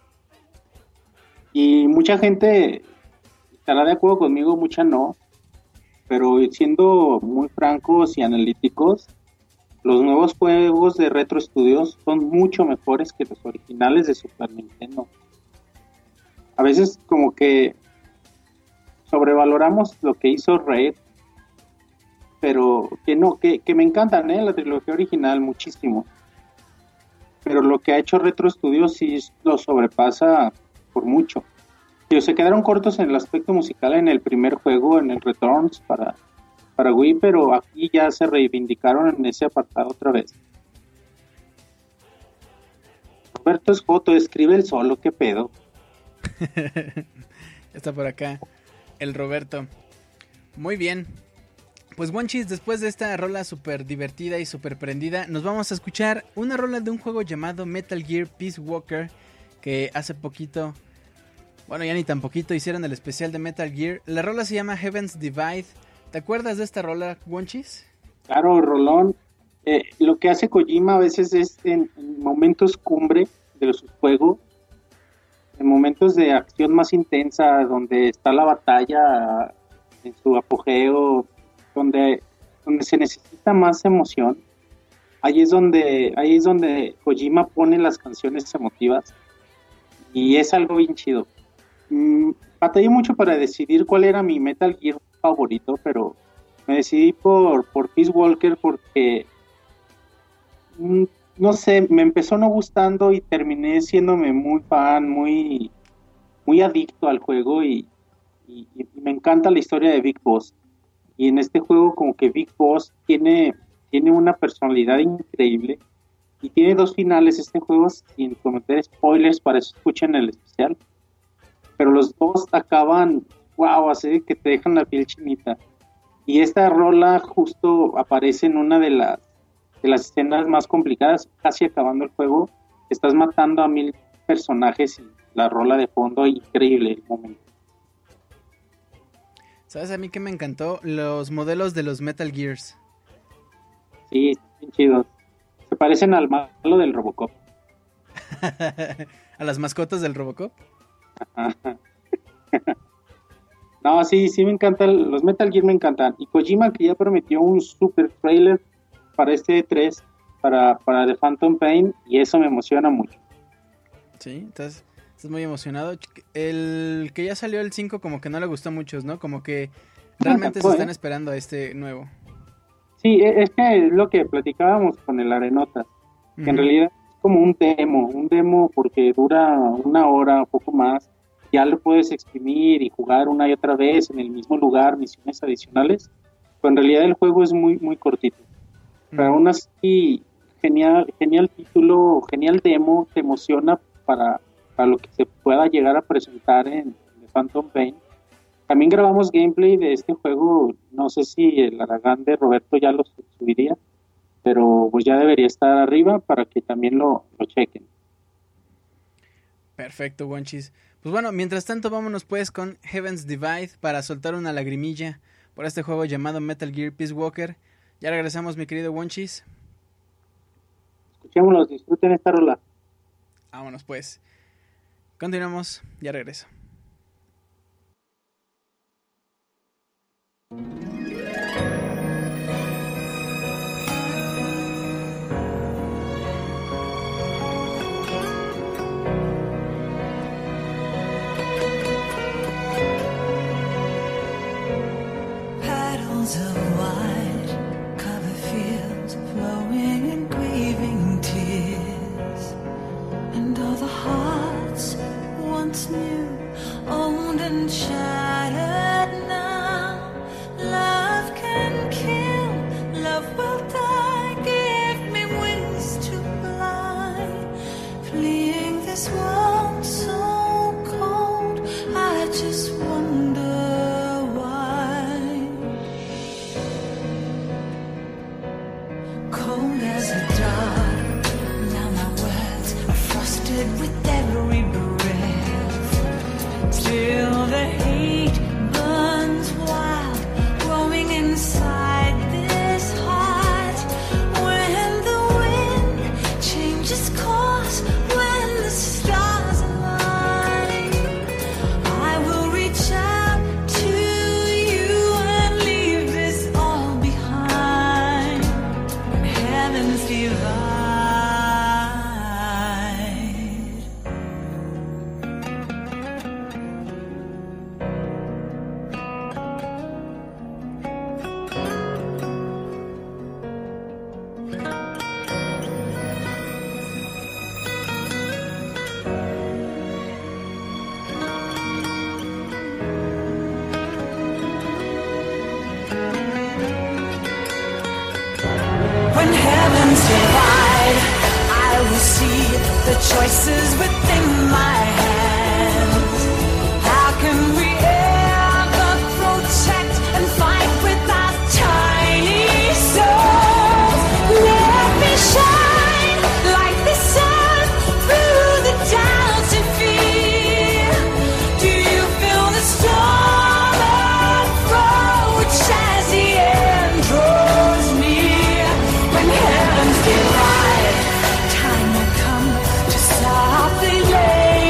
Y mucha gente estará de acuerdo conmigo, mucha no. Pero siendo muy francos y analíticos, los nuevos juegos de Retro Studios son mucho mejores que los originales de Super Nintendo. A veces como que sobrevaloramos lo que hizo Red, pero que no, que, que me encantan, ¿eh? La trilogía original muchísimo. Pero lo que ha hecho Retro Studios sí lo sobrepasa por mucho. Y se quedaron cortos en el aspecto musical en el primer juego, en el Returns para, para Wii, pero aquí ya se reivindicaron en ese apartado otra vez. Roberto Escoto, escribe el solo, qué pedo. Está por acá el Roberto. Muy bien. Pues Wonchis, después de esta rola súper divertida y súper prendida, nos vamos a escuchar una rola de un juego llamado Metal Gear Peace Walker, que hace poquito, bueno ya ni tan poquito, hicieron el especial de Metal Gear. La rola se llama Heaven's Divide. ¿Te acuerdas de esta rola, Wonchis? Claro, Rolón. Eh, lo que hace Kojima a veces es en, en momentos cumbre de sus juegos, en momentos de acción más intensa, donde está la batalla en su apogeo, donde, donde se necesita más emoción, ahí es donde, ahí es donde Kojima pone las canciones emotivas y es algo bien chido. Mm, batallé mucho para decidir cuál era mi Metal Gear favorito, pero me decidí por, por Peace Walker porque mm, no sé, me empezó no gustando y terminé siéndome muy fan, muy, muy adicto al juego y, y, y me encanta la historia de Big Boss. Y en este juego como que Big Boss tiene, tiene una personalidad increíble y tiene dos finales este juego, sin cometer spoilers, para eso escuchen el especial, pero los dos acaban, wow, así que te dejan la piel chinita. Y esta rola justo aparece en una de las de las escenas más complicadas, casi acabando el juego, estás matando a mil personajes y la rola de fondo, increíble el momento. ¿Sabes a mí que me encantó? Los modelos de los Metal Gears. Sí, bien chidos. Se parecen al malo del Robocop. ¿A las mascotas del Robocop? No, sí, sí me encantan, los Metal Gear me encantan. Y Kojima, que ya prometió un super trailer para este E tres, para, para The Phantom Pain, y eso me emociona mucho. Sí, entonces estás muy emocionado. El que ya salió el cinco como que no le gustó a muchos, ¿no? Como que realmente tampoco, se están ¿eh? esperando a este nuevo. Sí, es que es lo que platicábamos con el Arenota, que Ujú. en realidad es como un demo, un demo porque dura una hora, un poco más, ya lo puedes exprimir y jugar una y otra vez en el mismo lugar, misiones adicionales, pero en realidad el juego es muy, muy cortito. Pero aún así, genial, genial título, genial demo, te emociona para, para lo que se pueda llegar a presentar en The Phantom Pain. También grabamos gameplay de este juego, no sé si el Aragán de Roberto ya lo subiría, pero pues ya debería estar arriba para que también lo, lo chequen. Perfecto, Wonchis. Pues bueno, mientras tanto vámonos pues con Heaven's Divide para soltar una lagrimilla por este juego llamado Metal Gear Peace Walker. Ya regresamos, mi querido Wonchis. Escuchémoslos, disfruten esta rola. Vámonos pues. Continuamos, ya regreso. once knew, old and shattered now. Love can kill, love will die. Give me wings to fly, fleeing this world so cold. I just wonder why. Cold as a dart, now my words are frosted with every breath. Still the hate burns wild, growing inside this heart. When the wind changes course, when the stars align, I will reach out to you and leave this all behind. When heavens divide. When heavens divide, I will see the choices within my hands. How can we ever protect and fight with our tiny souls? Let me shine like the sun through the doubts and fear. Do you feel the storm approach as the end draws near? When heavens divide, time will come to softly lay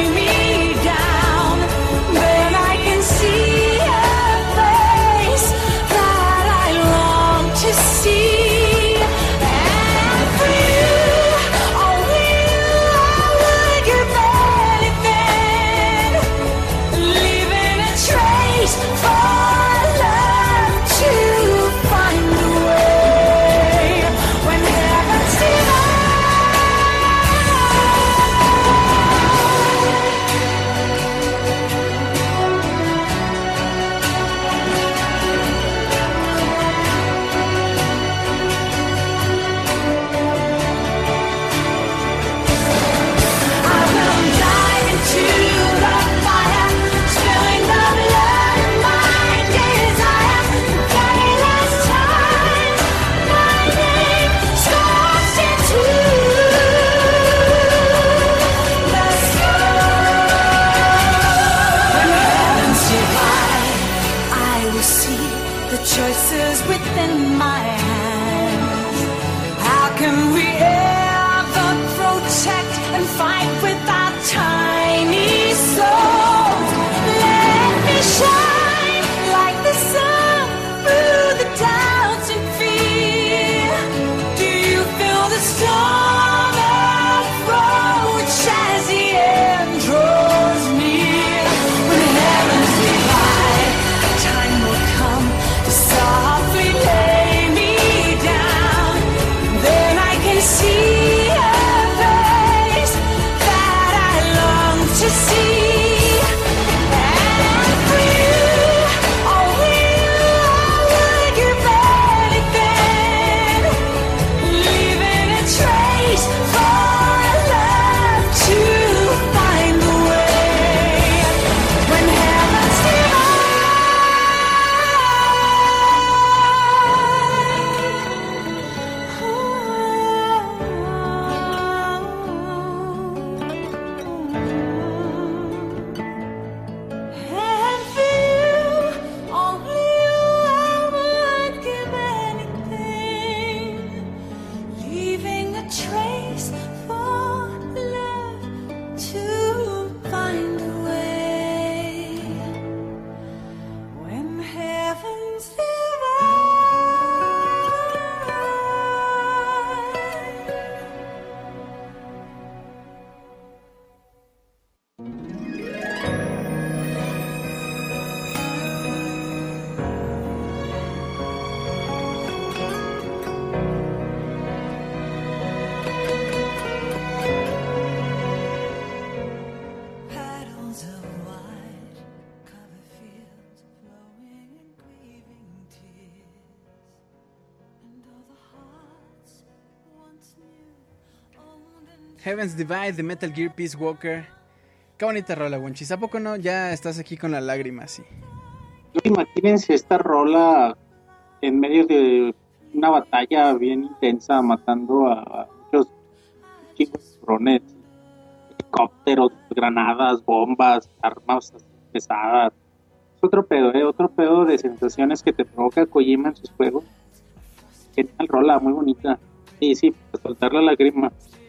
Heaven's Divide de Metal Gear Peace Walker. Qué bonita rola, Wonchis. ¿A poco no? Ya estás aquí con la lágrima, sí. Imagínense esta rola en medio de una batalla bien intensa, matando a muchos chicos drones, helicópteros, granadas, bombas, armas pesadas. Es otro pedo, ¿eh? Otro pedo de sensaciones que te provoca Kojima en sus juegos. Genial rola, muy bonita. Sí, sí, para soltar la lágrima.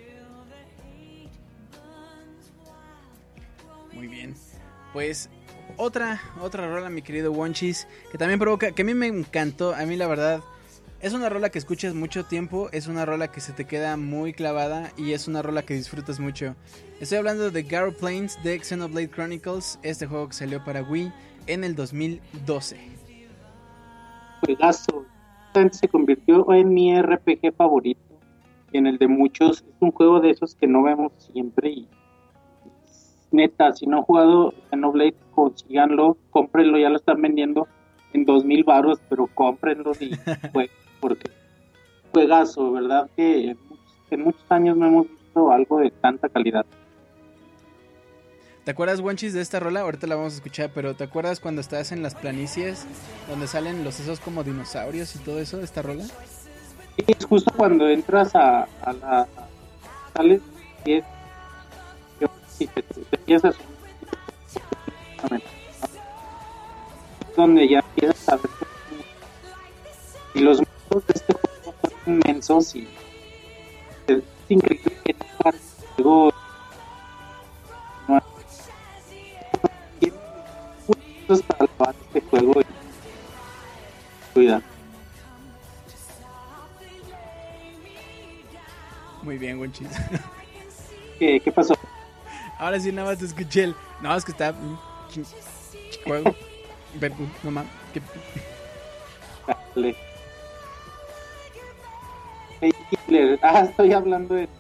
Muy bien. Pues otra, otra rola, mi querido Wonchis, que también provoca, que a mí me encantó. A mí la verdad, es una rola que escuchas mucho tiempo, es una rola que se te queda muy clavada y es una rola que disfrutas mucho. Estoy hablando de Garo Plains de Xenoblade Chronicles, este juego que salió para Wii en el dos mil doce. Juegazo. Se convirtió en mi R P G favorito y en el de muchos. Es un juego de esos que no vemos siempre y neta, si no han jugado Xenoblade, consíganlo, cómprenlo, ya lo están vendiendo en dos mil baros, pero cómprenlo y jueguen, porque juegazo, verdad que en muchos, en muchos años no hemos visto algo de tanta calidad. ¿Te acuerdas, Wonchis, de esta rola? Ahorita la vamos a escuchar, pero ¿te acuerdas cuando estás en las planicies donde salen los esos como dinosaurios y todo eso de esta rola? Sí, es justo cuando entras a, a la... sales y es... si te, te, te empiezas donde ya empiezas a ver y los mundos de este juego son inmensos y es increíble que luego no hay cosas para lavar este juego y cuida. Muy bien, Wonchis. ¿Qué, ¿Qué pasó? Ahora sí nada más te escuché el... No, es que está... Juego. No mames. ¿Qué... Dale. Hey, Hitler. Ah, estoy hablando de...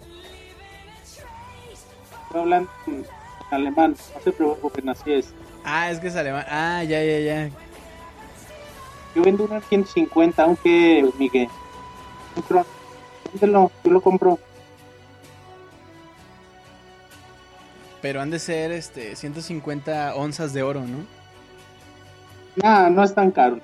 Estoy hablando en alemán. No se preocupen, así es. Ah, es que es alemán. Ah, ya, ya, ya. Yo vendo una ciento cincuenta, aunque, Miguel. Véndelo, yo lo compro. Pero han de ser este ciento cincuenta onzas de oro, ¿no? Nah, no es tan caro.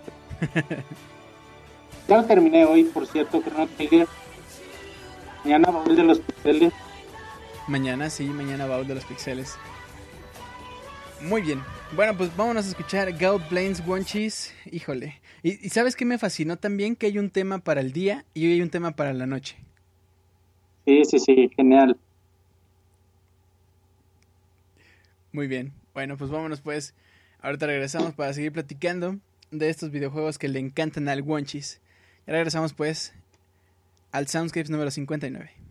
Ya lo terminé hoy, por cierto, Chrono Trigger. Mañana baúl de los pixeles. Mañana, sí, mañana baúl de los pixeles. Muy bien. Bueno, pues vámonos a escuchar Garo Plains, Wonchis. Híjole. ¿Y, ¿Y sabes qué me fascinó también? Que hay un tema para el día y hoy hay un tema para la noche. Sí, sí, sí, genial. Muy bien. Bueno, pues vámonos pues. Ahorita regresamos para seguir platicando de estos videojuegos que le encantan al Wonchis. Ya regresamos pues al Soundscapes número cincuenta y nueve.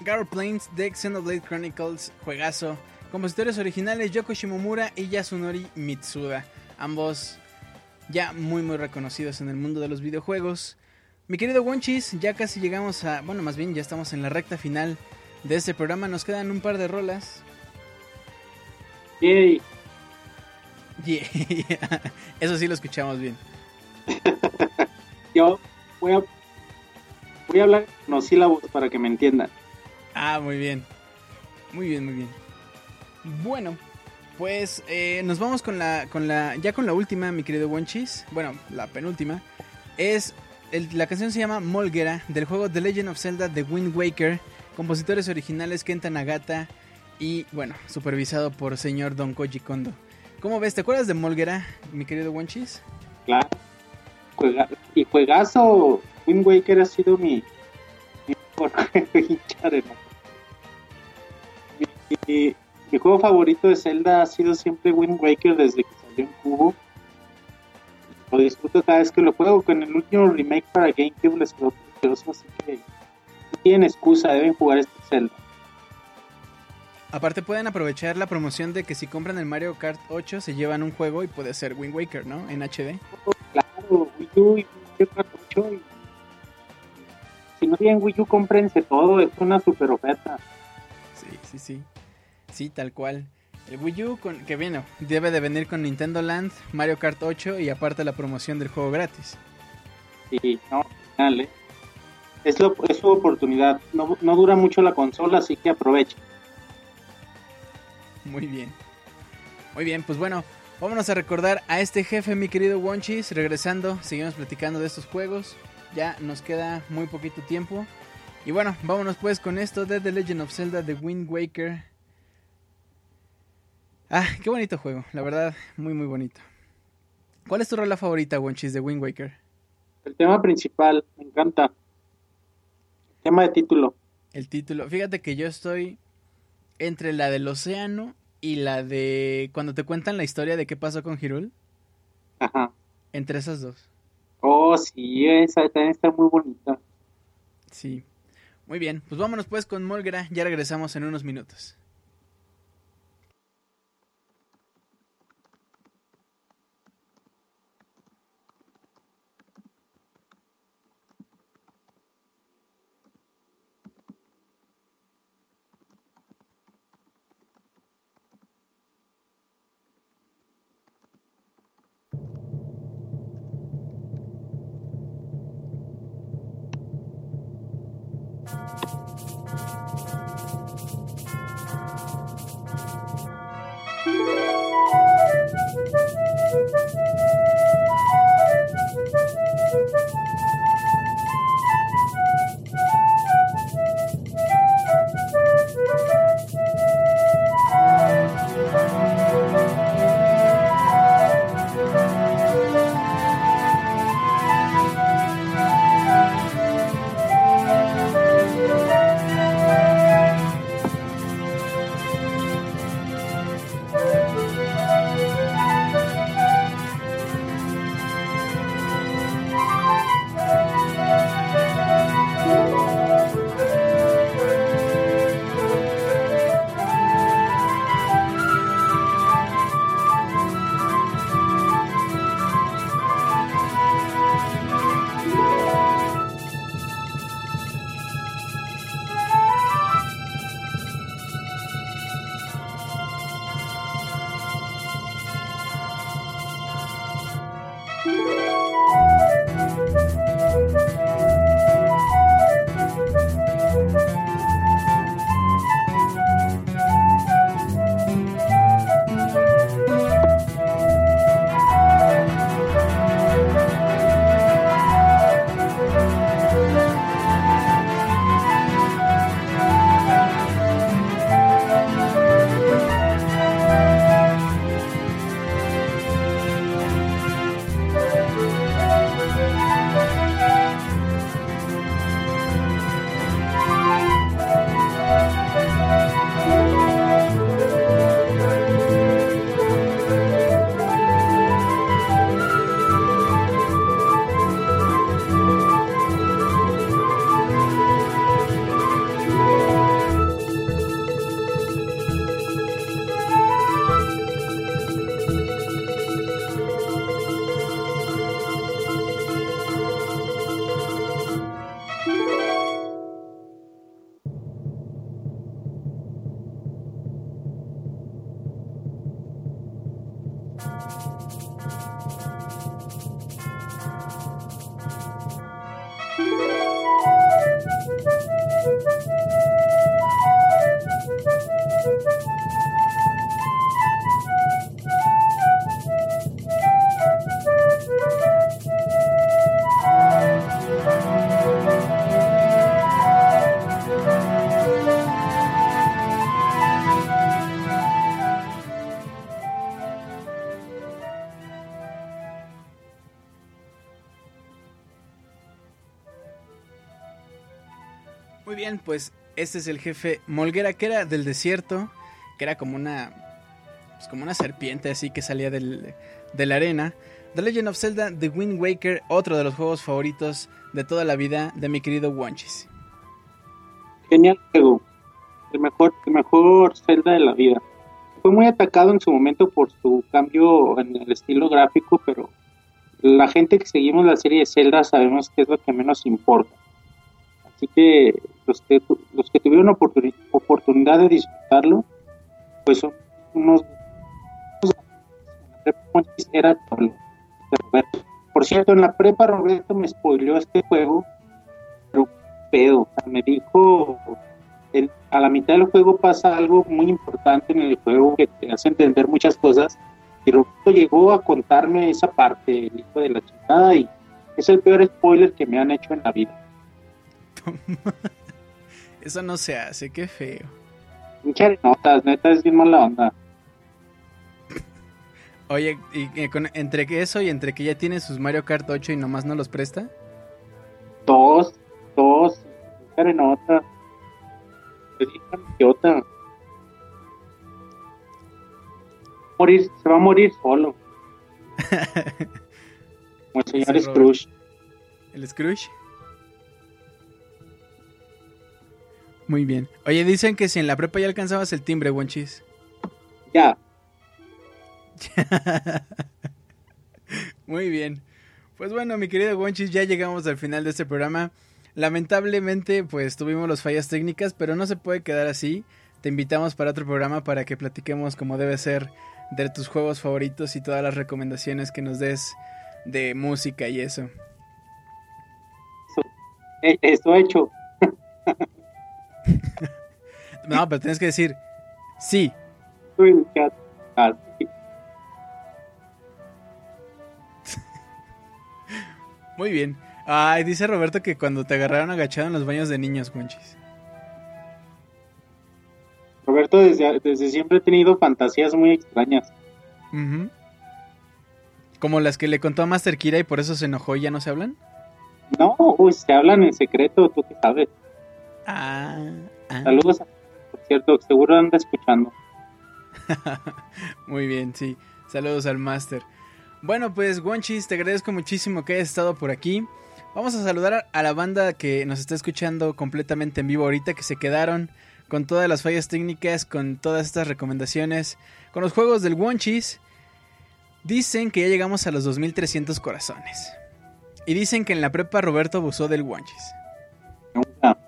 Girl Plains de Xenoblade Chronicles, juegazo. Compositores originales Yoko Shimomura y Yasunori Mitsuda, ambos ya muy muy reconocidos en el mundo de los videojuegos. Mi querido Wonchis, ya casi llegamos a... Bueno, más bien ya estamos en la recta final de este programa. Nos quedan un par de rolas. Yay. Yeah. Eso sí lo escuchamos bien. Yo voy a, voy a hablar con los sílabos para que me entiendan. Ah, muy bien. Muy bien, muy bien. Bueno, pues eh, nos vamos con la, con la... Ya con la última, mi querido Wonchis. Bueno, la penúltima. Es... El, la canción se llama Molgera, del juego The Legend of Zelda The Wind Waker. Compositores originales Kenta Nagata y, bueno, supervisado por señor Don Koji Kondo. ¿Cómo ves? ¿Te acuerdas de Molgera, mi querido Wonchis? Claro. Juega, y juegazo. Wind Waker ha sido mi, mi mejor hincha de mi, mi, mi juego favorito de Zelda ha sido siempre Wind Waker desde que salió en Cubo. Lo disfruto cada vez que lo juego. Con el último remake para GameCube les quedó precioso, así que no tienen excusa, deben jugar este Zelda. Aparte pueden aprovechar la promoción de que si compran el Mario Kart ocho se llevan un juego y puede ser Wind Waker, ¿no? En H D. Claro, Wii U y Mario Kart ocho. Y... si no tienen Wii U, cómprense todo, es una super oferta. Sí, sí, sí. Sí, tal cual. El Wii U, con, que bueno, debe de venir con Nintendo Land, Mario Kart ocho y aparte la promoción del juego gratis. Sí, no, final, ¿eh? Es, lo, es su oportunidad. No, no dura mucho la consola, así que aprovechen. Muy bien. Muy bien, pues bueno, vámonos a recordar a este jefe, mi querido Wonchis. Regresando, seguimos platicando de estos juegos. Ya nos queda muy poquito tiempo. Y bueno, vámonos pues con esto de The Legend of Zelda The Wind Waker. Ah, qué bonito juego, la verdad, muy muy bonito. ¿Cuál es tu rola favorita, Wonchis, de Wind Waker? El tema principal, me encanta. El tema de título. El título, fíjate que yo estoy entre la del océano y la de cuando te cuentan la historia de qué pasó con Hyrule. Ajá. Entre esas dos. Oh, sí, esa también está muy bonita. Sí. Muy bien, pues vámonos pues con Molgera, ya regresamos en unos minutos. Muy bien, pues este es el jefe Molguera, que era del desierto, que era como una, pues como una serpiente así que salía del, de la arena. The Legend of Zelda, The Wind Waker, otro de los juegos favoritos de toda la vida de mi querido Wonchis. Genial juego, el mejor, el mejor Zelda de la vida. Fue muy atacado en su momento por su cambio en el estilo gráfico, pero la gente que seguimos la serie de Zelda sabemos que es lo que menos importa. Así que los que, los que tuvieron oportun, oportunidad de disfrutarlo, pues son unos... Era todo. Por cierto, en la prepa Roberto me spoileó este juego, pero pedo, o sea, me dijo, el, a la mitad del juego pasa algo muy importante en el juego que te hace entender muchas cosas, y Roberto llegó a contarme esa parte, el hijo de la chingada, y es el peor spoiler que me han hecho en la vida. Eso no se hace, qué feo. Muchas notas, neta, es bien mala onda. Oye, y, y con, entre que eso y entre que ya tiene sus Mario Kart ocho y nomás no los presta. Dos, dos, muchas notas. Es idiota. Morir, se va a morir solo. Como el señor Scrooge. ¿El Scrooge? Muy bien. Oye, dicen que si en la prepa ya alcanzabas el timbre, Wonchis. Ya. Muy bien. Pues bueno, mi querido Wonchis, ya llegamos al final de este programa. Lamentablemente, pues tuvimos las fallas técnicas, pero no se puede quedar así. Te invitamos para otro programa para que platiquemos como debe ser de tus juegos favoritos y todas las recomendaciones que nos des de música y eso. Eso, eso hecho. No, pero tienes que decir sí. Muy bien. Ay, dice Roberto que cuando te agarraron agachado en los baños de niños, Wonchis. Roberto desde, desde siempre ha tenido fantasías muy extrañas. Uh-huh. Como las que le contó a Master Kira y por eso se enojó y ya no se hablan. No, uy, se hablan en secreto, tú qué sabes. Ah, ah. Saludos, por cierto, seguro anda escuchando. Muy bien, sí. Saludos al Master. Bueno, pues Wonchis, te agradezco muchísimo que hayas estado por aquí. Vamos a saludar a la banda que nos está escuchando completamente en vivo ahorita, que se quedaron con todas las fallas técnicas, con todas estas recomendaciones, con los juegos del Wonchis. Dicen que ya llegamos a los dos mil trescientos corazones. Y dicen que en la prepa Roberto abusó del Wonchis. Nunca.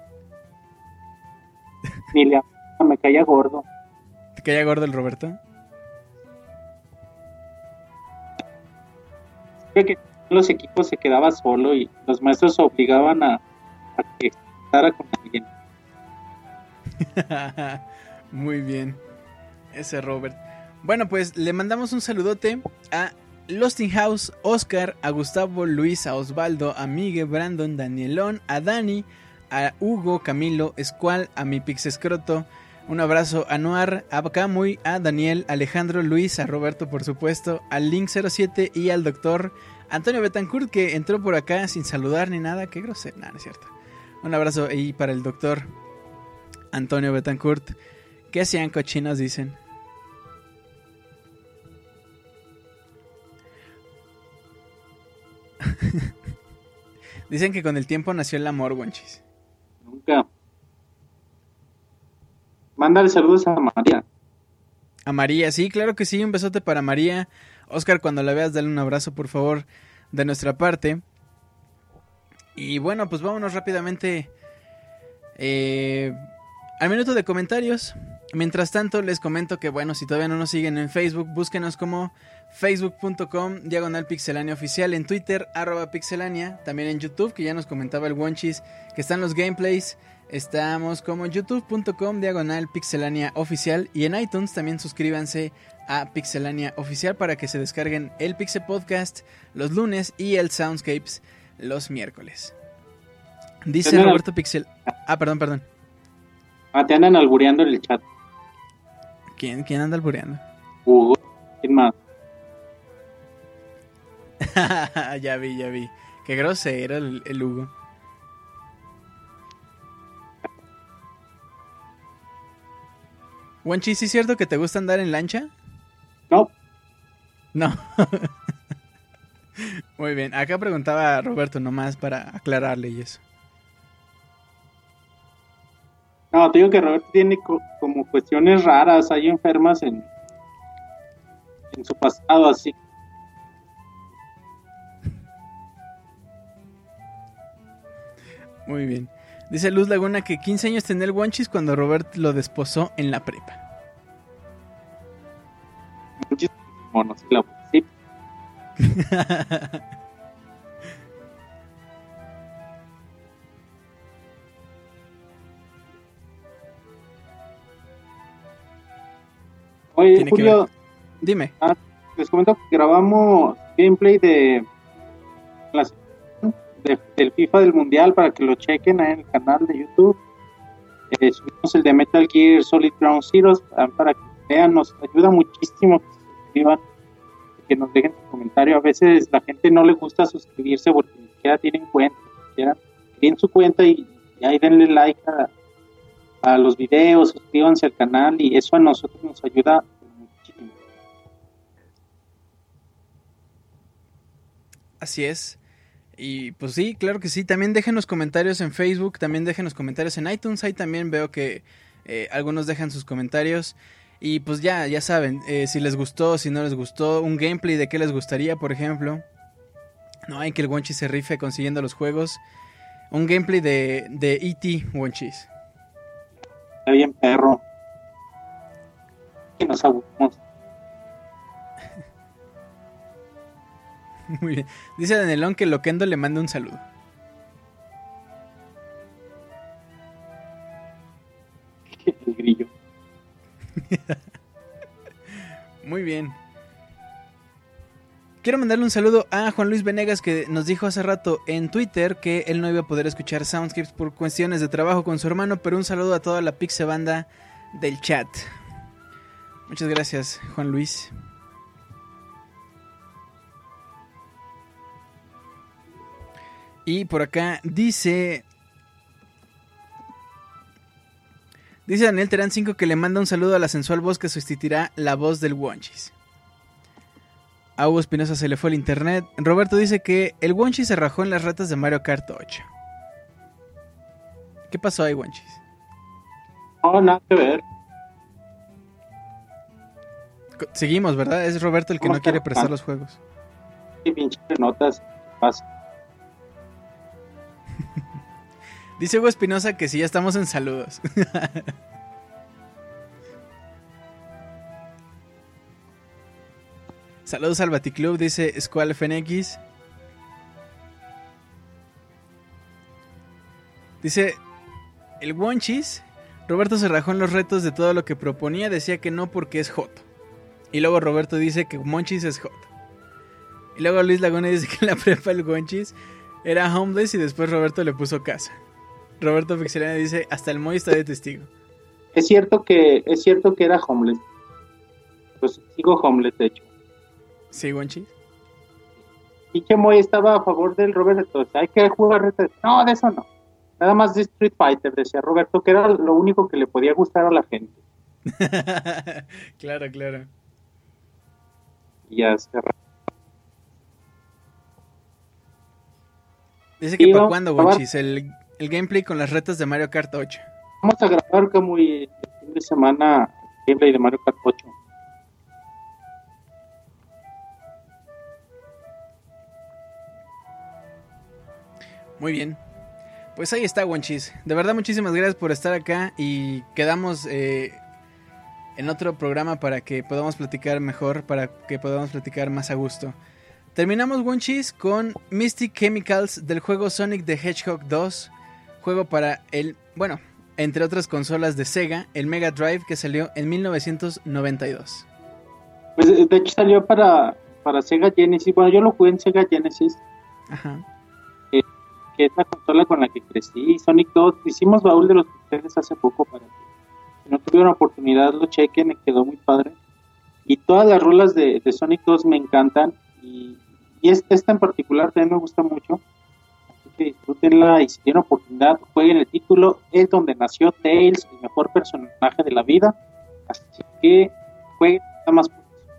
Ni le me caía gordo. ¿Te caía gordo el Roberto? Creo que en los equipos se quedaba solo y los maestros obligaban a, a que estara con alguien. Muy bien. Ese Robert. Bueno, pues le mandamos un saludote a Losting House, Oscar, a Gustavo, Luis, a Osvaldo, a Miguel, Brandon, Danielón, a Dani, a Hugo, Camilo, Escual, a mi Pixescroto. Un abrazo a Noir, a Camuy, a Daniel, Alejandro, Luis, a Roberto por supuesto, al Link cero siete y al doctor Antonio Betancourt, que entró por acá sin saludar ni nada. Qué grosero, nada, no es cierto. Un abrazo ahí para el doctor Antonio Betancourt. ¿Qué hacían cochinos? Dicen. Dicen que con el tiempo nació el amor, Wonchis. Nunca. Mándale saludos a María. A María, sí, claro que sí. Un besote para María. Oscar, cuando la veas, dale un abrazo, por favor, de nuestra parte. Y bueno, pues vámonos rápidamente eh, al minuto de comentarios. Mientras tanto, les comento que, bueno, si todavía no nos siguen en Facebook, búsquenos como facebook.com diagonal pixelania oficial, en Twitter, arroba pixelania, también en YouTube, que ya nos comentaba el Wonchis, que están los gameplays, estamos como youtube.com diagonal pixelania oficial, y en iTunes también suscríbanse a Pixelania Oficial para que se descarguen el Pixel Podcast los lunes y el Soundscapes los miércoles. Dice Te andan Roberto Pixel... Ah, perdón, perdón. Ah, te andan albureando en el chat. ¿Quién, quién anda albureando? Hugo, ¿quién más? Ya vi, ya vi. Qué grosero el, el Hugo. Wonchi, ¿sí es cierto que te gusta andar en lancha? No, No. Muy bien. Acá preguntaba Roberto nomás para aclararle y eso. no, te digo que Roberto tiene co- como cuestiones raras, hay enfermas en, en su pasado, así. Muy bien. Dice Luz Laguna que quince años tenía el Wonchis cuando Robert lo desposó en la prepa. Muchísimos monosílabos, sí. Oye, Tiene que Julio, ver- Dime. les comento que grabamos gameplay de, las, de- del FIFA del Mundial para que lo chequen ahí en el canal de YouTube. Eh, subimos el de Metal Gear Solid Ground Zeroes para, para que vean, nos ayuda muchísimo que se suscriban, que nos dejen su comentario. A veces la gente no le gusta suscribirse porque ni siquiera tienen cuenta, ni siquiera tienen su cuenta y, y ahí denle like a, a los videos, suscríbanse al canal y eso a nosotros nos ayuda muchísimo. Así es. Y pues sí, claro que sí. También déjenos comentarios en Facebook, también déjenos comentarios en iTunes. Ahí también veo que eh, algunos dejan sus comentarios. Y pues ya, ya saben, eh, si les gustó, si no les gustó, un gameplay de qué les gustaría, por ejemplo. No hay que el Wonchis se rife consiguiendo los juegos. Un gameplay de, de E T Wonchis. Está bien, perro. Y nos aburrimos. Muy bien. Dice Danelón que Loquendo le manda un saludo. El grillo. Muy bien. Quiero mandarle un saludo a Juan Luis Venegas, que nos dijo hace rato en Twitter que él no iba a poder escuchar Soundscapes por cuestiones de trabajo con su hermano, pero un saludo a toda la Pixe Banda del chat. Muchas gracias, Juan Luis. Y por acá dice... Dice Daniel Terán cinco que le manda un saludo a la sensual voz que sustituirá la voz del Wonchis. A Hugo Espinosa se le fue el internet. Roberto dice que el Wonchis se rajó en las ratas de Mario Kart ocho. ¿Qué pasó ahí, Wonchis? No, nada que ver. Co- Seguimos, ¿verdad? Es Roberto el que ¿Cómo no quiere está? prestar los juegos. Qué pinche notas. Pasa. Dice Hugo Espinosa que sí, ya estamos en saludos. Saludos al Baticlub, dice Squall F N X. Dice, el Wonchis, Roberto se rajó en los retos de todo lo que proponía, decía que no porque es joto. Y luego Roberto dice que Wonchis es joto. Y luego Luis Laguna dice que en la prepa el Wonchis era homeless y después Roberto le puso casa. Roberto Pixelania dice, hasta el Moy está de testigo. Es cierto que es cierto que era homeless. Pues sigo homeless, de hecho. ¿Sí, Wonchis? Y que Moy estaba a favor del Roberto. O sea, hay que jugar retos. No, de eso no. Nada más de Street Fighter, decía Roberto, que era lo único que le podía gustar a la gente. Claro, claro. Y ya se Dice que Sí, para vamos cuándo, a grabar. Wonchis, el, el gameplay con las retas de Mario Kart ocho. Vamos a grabar como el fin de semana gameplay de Mario Kart ocho. Muy bien. Pues ahí está, Wonchis. De verdad, muchísimas gracias por estar acá y quedamos eh, en otro programa para que podamos platicar mejor, para que podamos platicar más a gusto. Terminamos Wonchis con Mystic Chemicals del juego Sonic the Hedgehog dos, juego para el, bueno, entre otras consolas de Sega, el Mega Drive, que salió en mil novecientos noventa y dos. Pues de hecho salió para, para Sega Genesis. Bueno, yo lo jugué en Sega Genesis. Ajá. Eh, que es la consola con la que crecí. Sonic dos, hicimos baúl de los pixeles hace poco para que si no tuvieron oportunidad lo chequen, me quedó muy padre. Y todas las rolas de, de Sonic dos me encantan. Y, y esta, esta en particular también me gusta mucho. Así que disfrútenla y si tienen oportunidad, jueguen el título. Es donde nació Tails, el mejor personaje de la vida. Así que jueguen nada más.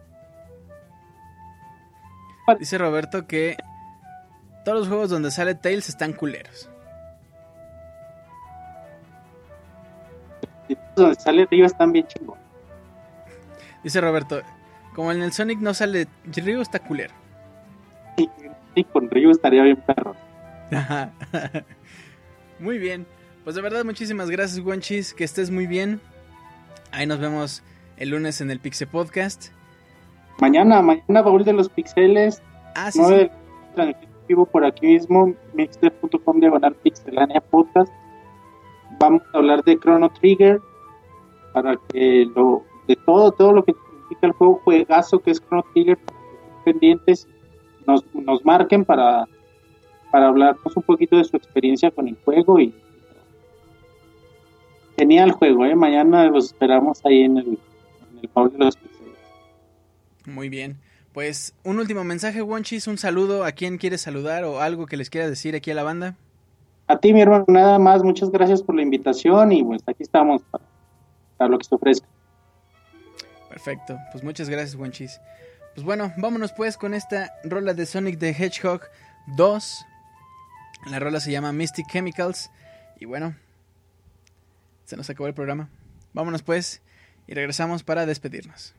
Dice Roberto que todos los juegos donde sale Tails están culeros. Donde sale Ryu están bien chingón. Dice Roberto, como en el Sonic no sale Ryu, está culero. Sí, sí, con Ryu estaría bien perro. Muy bien, pues de verdad muchísimas gracias Wonchis, que estés muy bien. Ahí nos vemos el lunes en el Pixel Podcast. Mañana, mañana baúl de los pixeles. Ah, sí, nueve sí. Transmisión vivo por aquí mismo, mixter punto com diagonal pixelania podcast. Vamos a hablar de Chrono Trigger para que lo de todo, todo lo que significa el juego juegazo que es Chrono Trigger, pendientes, nos, nos marquen para, para hablarnos un poquito de su experiencia con el juego y genial juego, eh. Mañana los esperamos ahí en el, en el baúl de los pixeles. Muy bien, pues un último mensaje Wonchis, un saludo, ¿a quién quieres saludar o algo que les quiera decir aquí a la banda? A ti mi hermano, nada más, muchas gracias por la invitación y pues aquí estamos para, para lo que se ofrezca. Perfecto, pues muchas gracias Wonchis. Pues bueno, vámonos pues con esta rola de Sonic the Hedgehog dos. La rola se llama Mystic Chemicals y bueno, se nos acabó el programa. Vámonos pues y regresamos para despedirnos.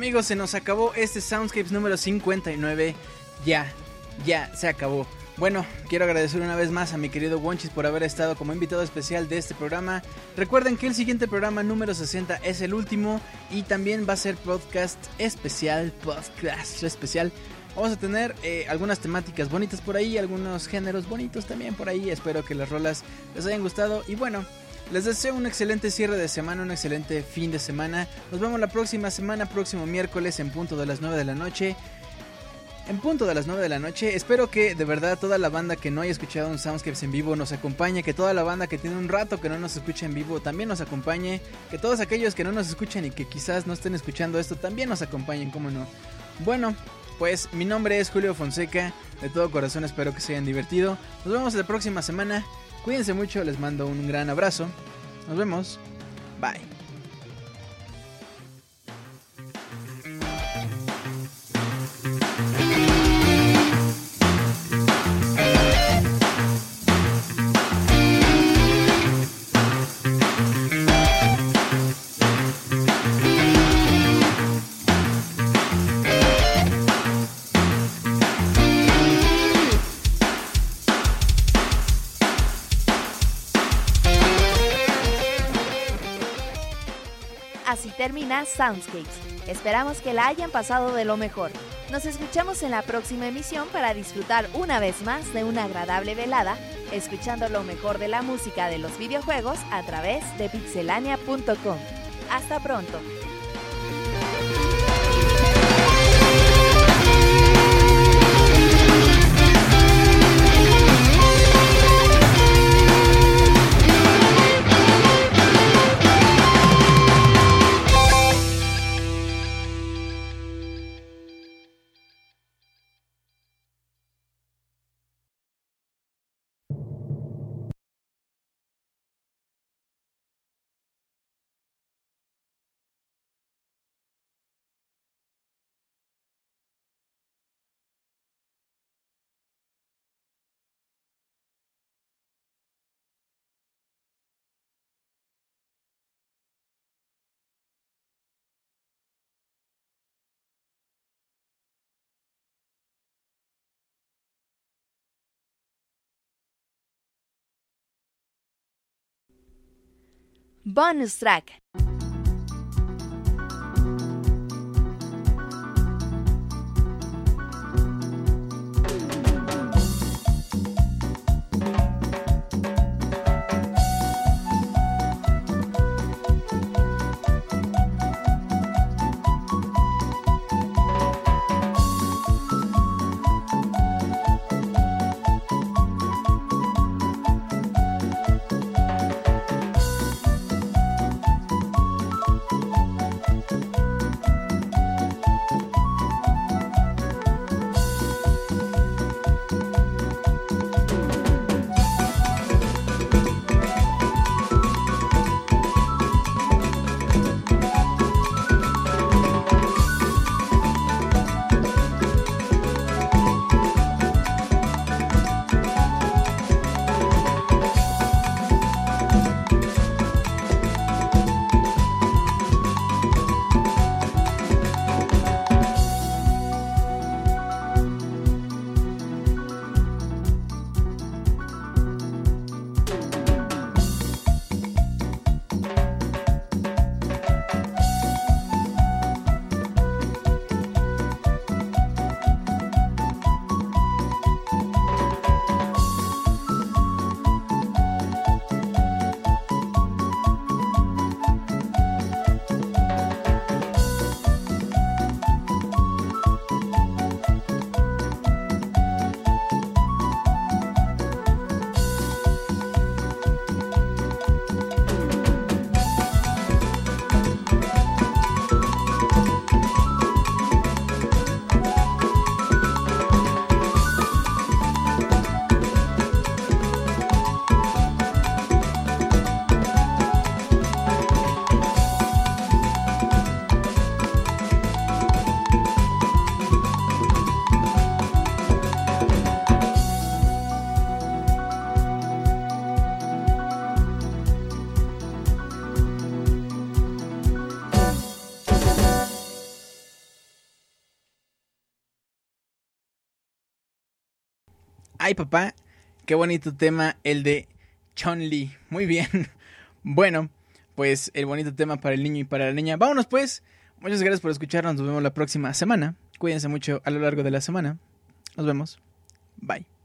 amigos, se nos acabó este Soundscapes número cincuenta y nueve. Ya, ya se acabó. Bueno, quiero agradecer una vez más a mi querido Wonchis por haber estado como invitado especial de este programa. Recuerden que el siguiente programa número sesenta es el último y también va a ser podcast especial, podcast especial. Vamos a tener eh, algunas temáticas bonitas por ahí, algunos géneros bonitos también por ahí. Espero que las rolas les hayan gustado y bueno, les deseo un excelente cierre de semana, un excelente fin de semana. Nos vemos la próxima semana, próximo miércoles en punto de las nueve de la noche. En punto de las nueve de la noche, espero que de verdad toda la banda que no haya escuchado un Soundscapes en vivo nos acompañe, que toda la banda que tiene un rato que no nos escucha en vivo también nos acompañe, que todos aquellos que no nos escuchan y que quizás no estén escuchando esto también nos acompañen, cómo no. Bueno, pues mi nombre es Julio Fonseca, de todo corazón espero que se hayan divertido, nos vemos la próxima semana, cuídense mucho, les mando un gran abrazo, nos vemos, bye. Así termina Soundscapes. Esperamos que la hayan pasado de lo mejor. Nos escuchamos en la próxima emisión para disfrutar una vez más de una agradable velada, escuchando lo mejor de la música de los videojuegos a través de pixelania punto com. Hasta pronto. Bonus track. Ay, papá, qué bonito tema el de Chun-Li. Muy bien. Bueno, pues el bonito tema para el niño y para la niña. Vámonos pues. Muchas gracias por escucharnos. Nos vemos la próxima semana. Cuídense mucho a lo largo de la semana. Nos vemos. Bye.